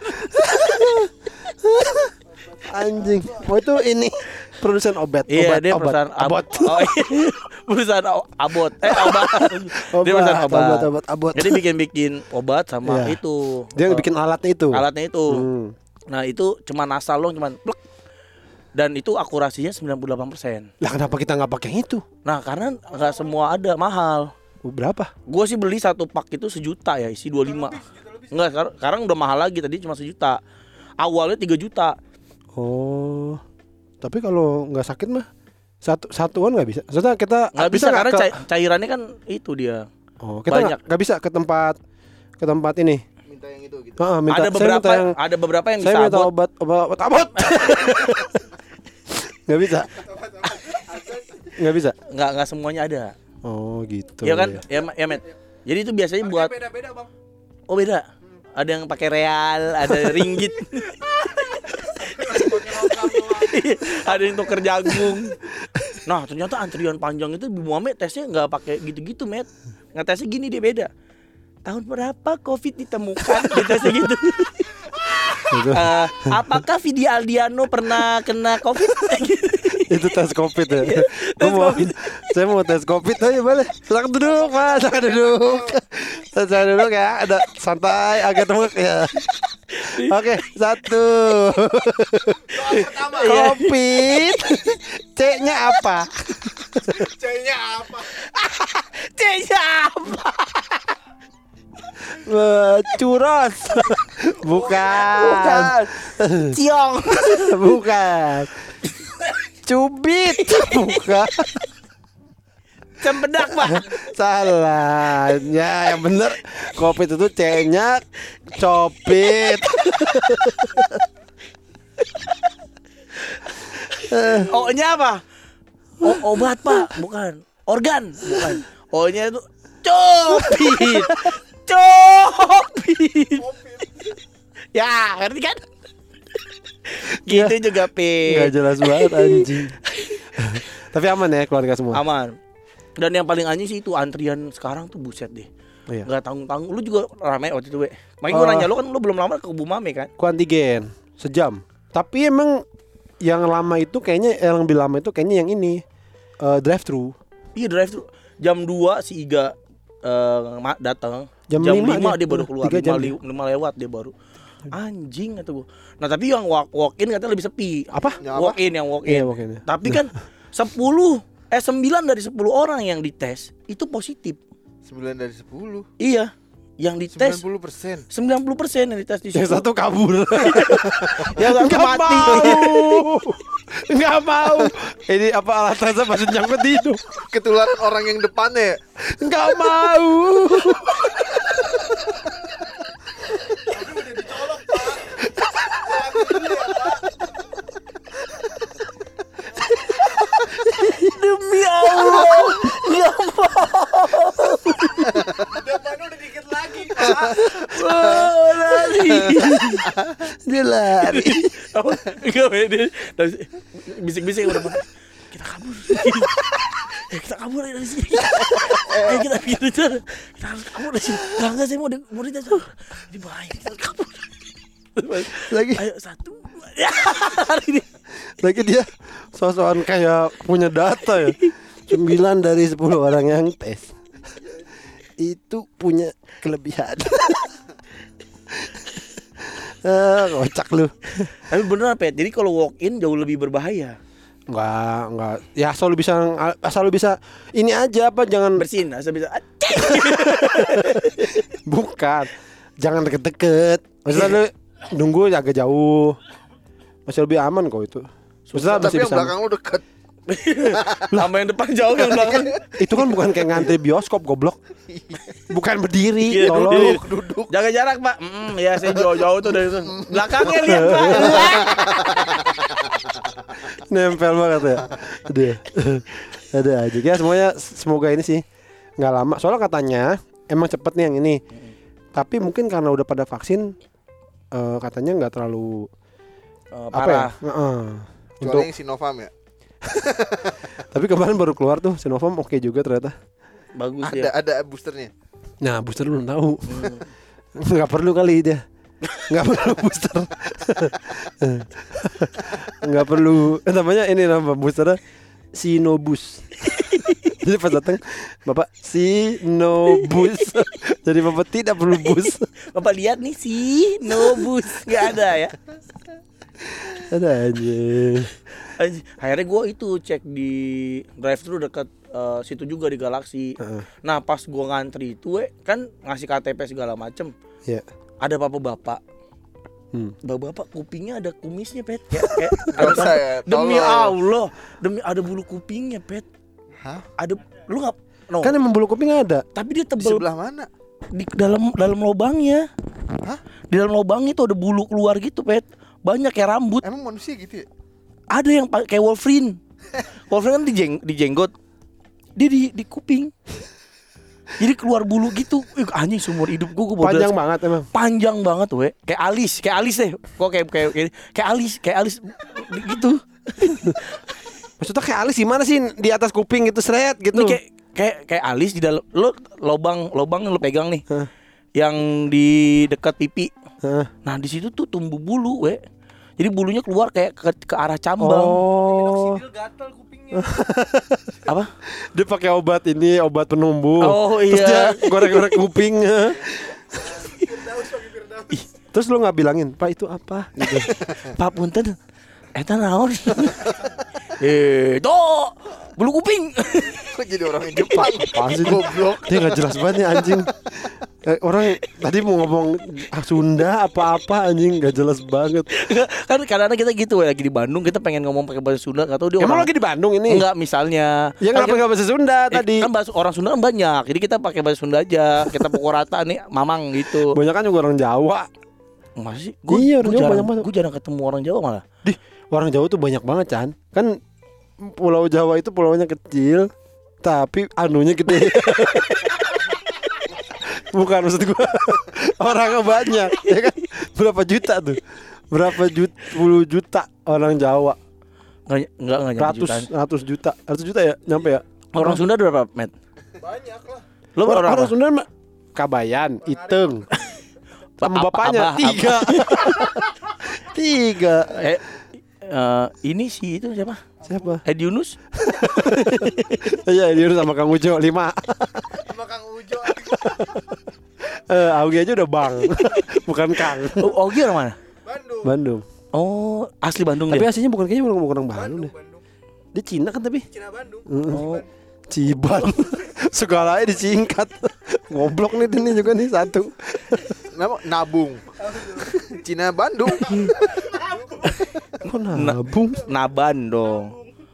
Anjing. Oh itu ini produsen obat. Iya, obat, dia obat, perusahaan ab- abot. Oh, iya. Perusahaan o- abot. Eh, obat. Dia perusahaan obat. obat, obat, abot. Jadi bikin-bikin obat sama Iya. itu. Dia Eh, bikin alatnya itu. alatnya itu. Hmm. Nah, itu cuma nasal dong, cuma plek. Dan itu akurasinya sembilan puluh delapan persen. Lah kenapa kita nggak pakai yang itu? Nah, karena nggak semua ada, mahal. Oh, berapa? Gue sih beli satu pak itu sejuta ya, isi dua puluh lima. Enggak, sekarang, sekarang udah mahal lagi, tadi cuma sejuta. Awalnya tiga juta. Oh. Tapi kalau nggak sakit mah satu satuan nggak bisa. Maksudnya kita Nggak bisa, karena ke- cai- cairannya kan itu dia. Oh, kita nggak banyak. nggak bisa ke tempat ke tempat ini. Minta yang itu gitu. Ah, minta, ada saya beberapa minta yang, ada beberapa yang saya bisa minta abot. obat obat obat abot. Nggak bisa. Nggak bisa. Nggak nggak semuanya ada. Oh, gitu. Iya kan? Ya, Ma- ya, Met. Jadi itu biasanya Harganya buat beda-beda, Bang. oh beda. Ada yang pakai real, ada ringgit. Pakai logam doang. Ada yang tuker jagung. Nah, ternyata antrian panjang itu Bu Muhammad tesnya nggak pakai gitu-gitu, Met. Ngetesnya gini, dia beda. Tahun berapa Covid ditemukan? Ditesnya gitu. Gitu. Eh, apakah Vidi Aldiano pernah kena Covid? Itu tes covid ya. Tes Gua mau, COVID. saya mau tes covid aja boleh. Silakan duduk, Mas. Silakan duduk. Silakan duduk ya. Ada santai, agak temuk ya. Oke, satu. Pertama Covid. C-nya apa? C-nya apa? C-nya apa? Eh, Curos. Bukan. Bukan. Ciong. Bukan. Cubit. Bukan. Cempedak, Pak. Salah. Ya, yang bener Covid itu C-nya copit. O-nya apa? O obat, Pak. Bukan. Organ. Bukan. O-nya itu copit. Copit. Ya, ngerti kan? Gitu juga, Pit. Gak jelas banget anjing. Tapi aman ya keluarga semua. Aman. Dan yang paling anjing sih itu antrian sekarang tuh buset deh. Oh, iya. Gak tanggung-tanggung. Lu juga rame waktu itu, we. Makanya gue Oh. nanya lu kan lu belum lama ke Bu Mame kan? Ku antigen sejam. Tapi emang yang lama itu kayaknya yang lebih lama itu kayaknya yang ini eh, drive thru. Iya drive thru. Jam dua si Iga uh, datang. Jam Jam lima lima dia. dia baru keluar. Tiga jam lima, lima lewat dia baru. Anjing kata gua. Nah, tapi yang walk, walk in katanya lebih sepi. Apa? Yang apa? Walk in yang walk in. Iya, walk in, ya. Tapi kan sepuluh eh sembilan dari sepuluh orang yang dites itu positif. sembilan dari sepuluh. Iya. Yang dites sembilan puluh persen. sembilan puluh persen yang dites di situ. Yang satu kabur. Yang satu Nggak mati. mau. Nggak mau. Ini apa alat rasa masih nyangkut di hidung. Ketularan orang yang depannya ya. Nggak mau. Tapi udah dicolok, Pak. Jangan dulu ya, Pak. Demi Allah. Enggak Depannya udah dikit lagi, Pak. mau lari. Dia lari. Apa? Enggak beda. Bisik-bisik udah mana? Kita kabur. Ya kita kabur dari sini. Eh kita pikir itu. Kita harus kabur dari sini. Enggak enggak saya mau di- mau dites. Ini bahaya kita kabur. Lagi Ayo satu. Dua. Ya, hari ini. lagi dia sosokan kayak punya data ya. sembilan dari sepuluh orang yang tes itu punya kelebihan. Ah, kocak lu. Tapi beneran Pet. Jadi kalau walk in jauh lebih berbahaya. Enggak, enggak. Ya asal lu bisa asal lu bisa ini aja apa jangan Bersin asal bisa. bukan. Jangan deket-deket. Maksudnya lu nunggu agak jauh. Masih lebih aman kok itu. Maksudnya Tapi masih yang bisa. belakang lu deket. Sama yang depan jauh yang belakang. Itu kan bukan kayak ngantri bioskop goblok. Bukan berdiri, Iya, tolong. duduk, duduk. Jaga jarak, Pak. Mm, ya saya jauh-jauh tuh dari itu. Belakangnya lihat, Pak. Nempel banget ya. Ada. Ada aja. Ya semuanya semoga ini sih nggak lama. Soalnya katanya emang cepet nih yang ini. Tapi mungkin karena udah pada vaksin eh, katanya nggak terlalu Oh, apa ya? parah. Heeh. Kecuali Untuk yang Sinovac ya. tapi kemarin baru keluar tuh Sinovac oke juga ternyata. Bagus Ada ya. ada boosternya. Nah, booster belum tahu. Nggak perlu kali dia. Nggak perlu booster. Nggak perlu. Eh, namanya ini nama boosternya Sinobus. Jadi pas datang Bapak Sinobus. Jadi Bapak tidak perlu bus. Bapak lihat nih sih, no bus nggak ada ya. Ada aja. Anj- Akhirnya gue itu cek di drive thru dekat eh, situ juga di Galaxy. Heeh. Nah pas gue ngantri itu we, kan ngasih K T P segala macem. Ya. Ada bapak-bapak. Hmm. Bapak-bapak kupingnya ada kumisnya Pet. Kayak, kayak Gak usah ya. demi tolong. Allah, demi ada bulu kupingnya Pet. Hah? Ada lu nggak? No. Kan emang bulu kuping ada. Tapi dia Di tebel sebelah mana? di dalam dalam lubangnya. Hah? Di dalam lubang itu ada bulu keluar gitu Pet. Banyak kayak rambut. Emang manusia gitu ya? Ada yang pa- kayak Wolverine. Wolverine kan di, jeng, di jenggot. Dia di di kuping. Jadi keluar bulu gitu. Ih, anjing seumur hidup gua, gua baru Panjang liat- banget emang. panjang banget we. Kayak alis, kayak alis deh. Kok kayak kayak kayak, kayak alis, kayak alis gitu. Maksudnya kayak alis gimana sih di atas kuping gitu seret gitu. Ini kayak kayak kayak alis di dalam lo lobang lobang yang lo pegang nih. Hah. Yang di dekat pipi. Hah. Nah, di situ tuh tumbuh bulu, we. Jadi bulunya keluar kayak ke, ke arah cambang. Oh. Minoxidil gatal kupingnya. Apa? Dia pakai obat ini, obat penumbuh. Oh, Terus iya. dia goreng-goreng kupingnya. Firdaus pakai Firdaus. Terus lu nggak bilangin, Pak itu apa? Gitu. Pak punten. Eta naon? Eh, toh bulu kuping. Kok jadi orang Jepang? Pasti Goblok. dia nggak jelas banget nih anjing. Eh, orang tadi mau ngomong ah, Sunda apa-apa anjing nggak jelas banget. Kan kadang-kadang kita gitu lagi di Bandung kita pengen ngomong pakai bahasa Sunda, enggak tahu dia Emang orang lagi di Bandung ini? enggak misalnya. Ya Kan kenapa kita- nggak bahasa Sunda eh, tadi? Kan bahasa orang Sunda kan banyak. Jadi kita pakai bahasa Sunda aja. Kita pukul rata nih mamang gitu. Banyak kan juga orang Jawa. Masih Iya, orang Jawa jarang, banyak banget. Gue jarang ketemu orang Jawa malah. Di orang Jawa tuh banyak banget Chan. Kan Pulau Jawa itu pulaunya kecil, tapi anunya gede. Bukan maksud gua orangnya banyak, ya kan? Berapa juta tuh? Berapa juta? Puluh juta orang Jawa. Enggak enggak enggak nyampe Ratus, jutaan. ratus juta, ratus juta ya? Nyampe ya? Orang Sunda ada berapa, Met? Banyak lah. Lo Orang, orang, orang apa? Sunda mah Kabayan, Iteng, sama Apa- bapaknya apa- tiga, tiga. Eh, eh, ini sih itu siapa? Siapa? Edi Yunus. Iya, dia sama Kang Ujo lima. Sama Kang Ujo. Eh, Augie aja udah bang, bukan Kang. Oh, Ogi orang mana? Bandung. Bandung. Oh, asli Bandung Tapi dia. aslinya bukan kayaknya bukan orang Bandung Bandung, deh. Bandung. Dia Cina kan tapi. Cina Bandung. Oh, Ciban. Segalanya disingkat. Ngoblok nih ini juga nih satu. Nama Nabung. Cina Bandung. Kok nabung? Naban dong.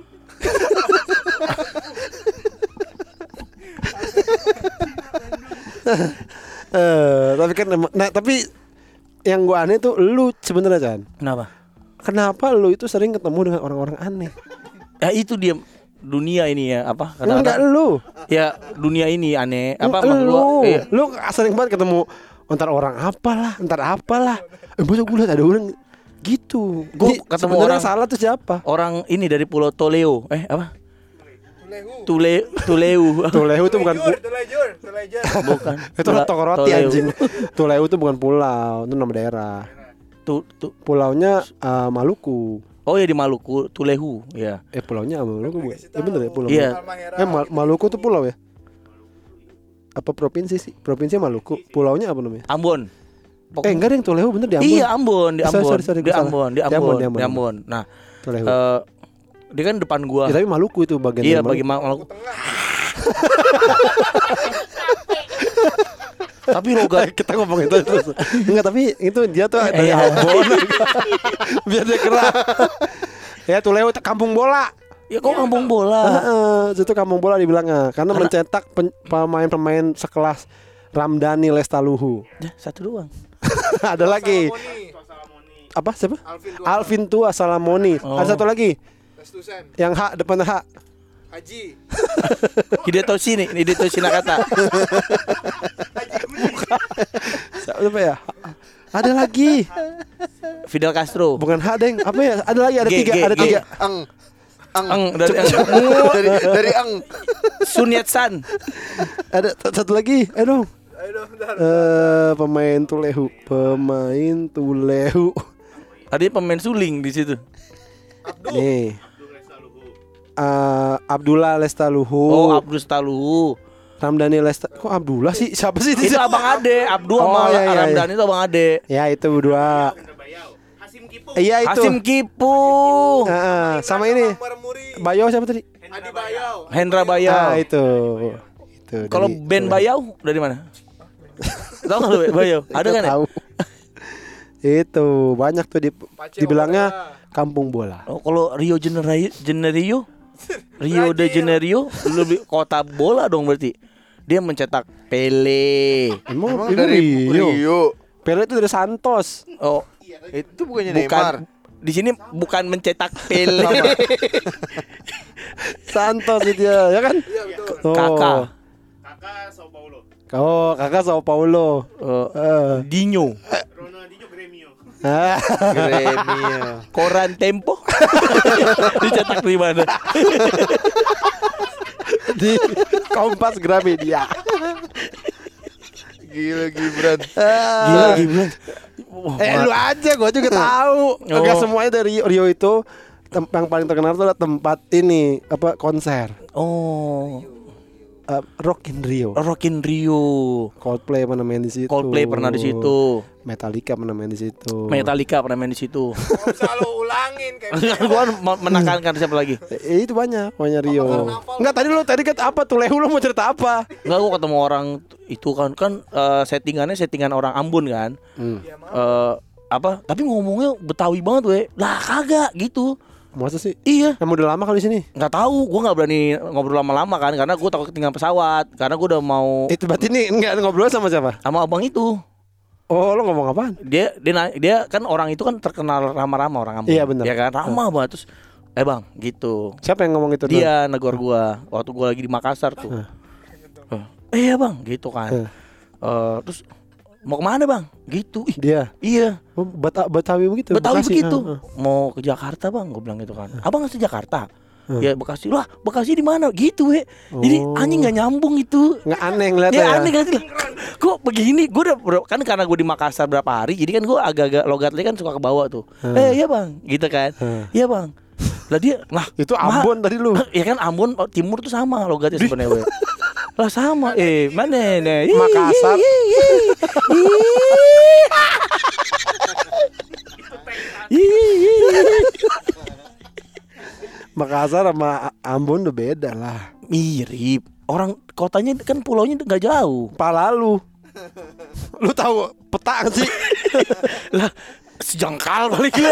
Eh, tapi kan emang- nah tapi yang gua aneh tuh lu sebenarnya Chan. Kenapa? Kenapa lu itu sering ketemu dengan orang-orang aneh? Ya itu dia dunia ini ya apa? Enggak Kadang-kadang lu. ya dunia ini aneh apa lu, maksud gua? Iya. lu sering banget ketemu entar orang apalah, entar apalah. Eh masa gue liat ada orang gitu. Gua Ini ketemu sebenarnya orang- yang salah tuh siapa? Orang ini dari Pulau Toleo. Eh apa? Tulehu. Tule Tuleu. Tulehu itu bukan pu- Tulejur, Tulejur. Bukan. itu Tula- toko roti Toleu. anjing. Tulehu itu bukan pulau, itu nama daerah. Tu, tu. Pulaunya eh, Maluku. Oh ya di Maluku, Tulehu, ya. Eh pulaunya Maluku bu. Ya bener ya pulau. Iya. Halmahera. Eh Ma- Maluku tuh pulau ya? Apa provinsi sih? Provinsi Maluku. Pulaunya apa namanya? Ambon. Eh enggak ada yang Tulehu bener di Ambon. Iya Ambon, di Sorry, Ambon, sorry, sorry, di gua salah. Ambon, di Di Ambon, Ambon, di Ambon. di Ambon. Nah, Tulehu. eh, dia kan depan gua. Ya, tapi Maluku itu bagian Iya, dari bagi Maluku. Maluku. Tengah. Tapi logat Eh, kita ngomong itu terus. Enggak, tapi itu dia tuh dari Iya. Ambon. Biar dia gerak. Ya Tulehu itu kampung bola. ya kok kampung bola. Heeh, itu kampung bola dibilangnya karena, Karena- mencetak pen- pemain-pemain sekelas Ramdhani Lestaluhu. Ya, satu doang. Ada lagi. Salamoni. Apa siapa? Alvin Dua. Alvin Tua Salamoni. Oh. Ada satu lagi Restusen. yang H depannya H. Haji. Hidetoshi nih, Hidetoshi Nakata. Siapa ya? Ada lagi. Fidel Castro. Bukan H deng. Apa ya? Ada lagi ada G, tiga, G, ada G. tiga. Ang. Ang. Ang dari dari dari Ang. Sun Yat-san. Ada t- satu lagi. Eh dong. Ayo dong, bentar. Eh pemain Tulehu, pemain Tulehu. Tadi pemain suling di situ. Abdul. Nih. Eh, Abdullah Lestaluhu. Oh, Abdul Staluhu. Ramdhani Lesta. Kok Abdullah sih? Siapa sih? Itu Abang Ade, Abdul Oh, sama iya, iya, Ramdhani itu Abang Ade. Ya itu berdua. Iya itu. Hasim Kipu. Heeh, sama ini. Marmuri. Bayo siapa tadi? Adi Bayau. Hendra Ah Bayau. itu. Itu. Kalau dari band Tulehu. Bayau dari mana? Tahu nggak lu Bayau? Ada Nggak kan ya? tahu. Itu banyak tuh di, Pace dibilangnya Owera. kampung bola. Oh, kalau Rio Janeiro, Janeiro, Rio de Janeiro lebih kota bola dong berarti. Dia mencetak Pele. Emang, Emang itu dari Rio. Rio. Pele itu dari Santos. Oh, Itu bukannya Neymar. bukan di sini bukan mencetak Pele. Santos itu ya, ya kan? Iya betul. Oh. Kakak. Oh, kakak Sao Paulo. Oh, Eh. Dinho. Ah. Gremio. Koran Tempo. Dicetak di mana? Di Kompas Gramedia. Gila Gibran. Gila Gibran. Wah, Eh lu aja, gua juga tahu. Oh. Enggak semuanya dari Rio itu tem- yang paling terkenal itu adalah tempat ini apa konser. Oh, Uh, Rock in Rio. Rock in Rio. Coldplay pernah main di situ. Coldplay pernah di situ. Metallica pernah main di situ. Metallica pernah main di situ. Nggak usah lo ulangin kayak Gua me- menekankan siapa lagi? Eh, itu banyak, banyak Rio. karnaval? Enggak, tadi lu tadi kan apa tuh Lehu, lu mau cerita apa? Enggak, gua ketemu orang itu kan kan eh, settingannya settingan orang Ambon kan. Hmm. Eh apa? Tapi ngomongnya Betawi banget, we. Lah kagak gitu. Masa sih? Iya. Kamu udah lama kali di sini? Nggak tahu, gue nggak berani ngobrol lama-lama kan, karena gue takut ketinggalan pesawat, karena gue udah mau Itu berarti ini enggak ngobrol sama siapa? sama abang itu. Oh, lu ngomong apaan? Dia dia na- dia kan orang itu kan terkenal ramah-ramah orang Ambon. Iya, benar. Ya kan, ramah banget terus. Eh bang, gitu. Siapa yang ngomong itu? Don? Dia negor gua waktu gua lagi di Makassar tuh. Eh iya bang, gitu kan. Eh. Eh, terus mau kemana bang? Gitu. Ih, Dia. iya. Oh, Bata Betawi begitu. Betawi Bekasi. begitu. Ah, ah. Mau ke Jakarta bang, gue bilang gitu kan. Abang nggak Jakarta? Ya Bekasi lah. Bekasi di mana? Gitu we. Jadi Oh. anjing nggak nyambung itu. Nggak aneh ngeliatnya Ya ya. aneh kan sih. Kok begini? Gue udah udah- kan karena gue di Makassar berapa hari, jadi kan gue agak-agak logatnya kan suka ke bawah tuh. Eh iya bang, gitu kan. Hmm. Iya bang. Lah dia, lah Itu Ma- Ambon tadi lu. ya kan Ambon timur tuh sama logatnya sebenarnya we. Lah sama. Eh mana nih? Ih, Makassar. ih, ih, ih. Ih, ih, ih. Makassar sama Ambon udah beda lah. Mirip. Orang kotanya kan pulaunya nggak jauh. Pala lu. Lu tahu peta nggak sih? Lah sejengkal paling gue.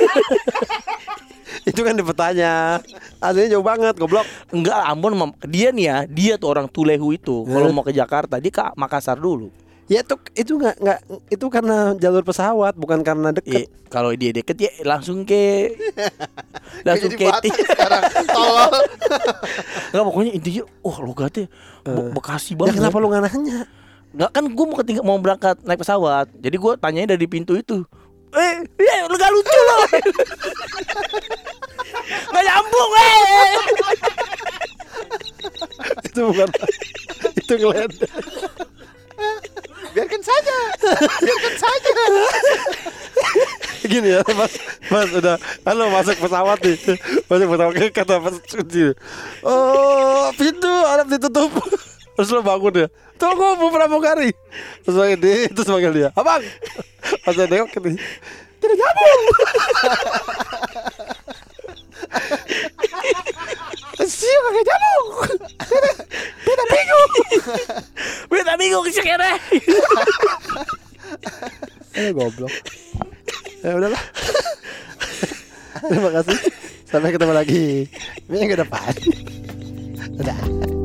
Itu kan di petanya. Aslinya jauh banget, goblok. Enggak, Ambon mem- dia nih ya, dia tuh orang Tulehu itu. Kalau mau ke Jakarta dia ke Makassar dulu. Ya itu itu nggak nggak itu karena jalur pesawat, bukan karena Eh, deket. kalau dia deket ya langsung ke langsung Jadi ke Batak sekarang. Tolol. Enggak, pokoknya intinya wah logatnya Be- Bekasi Ya banget. kenapa lu nggak nanya? Enggak kan gue mau ketinggal mau berangkat naik pesawat. Jadi gue tanyanya dari pintu itu. Eh, ya lu gak lucu loh. Gak nyambung, eh. Itu bukan. Itu ngeledek. Biarkan saja. Biarkan saja. Gini ya, Mas. Mas udah halo masuk pesawat nih. Masuk pesawat kata pas kunci. Oh, pintu ada ditutup. Terus lo bangun ya. Tunggu beberapa kali. Terus panggil dia, terus panggil dia. Abang. Pas saya nengok gini. Tidak nyambung. Siapa kagak nyambung. Beda bingung. Beta bingung sekarang. Eh goblok. Ya udahlah. Terima kasih. Sampai ketemu lagi minggu depan. Udah.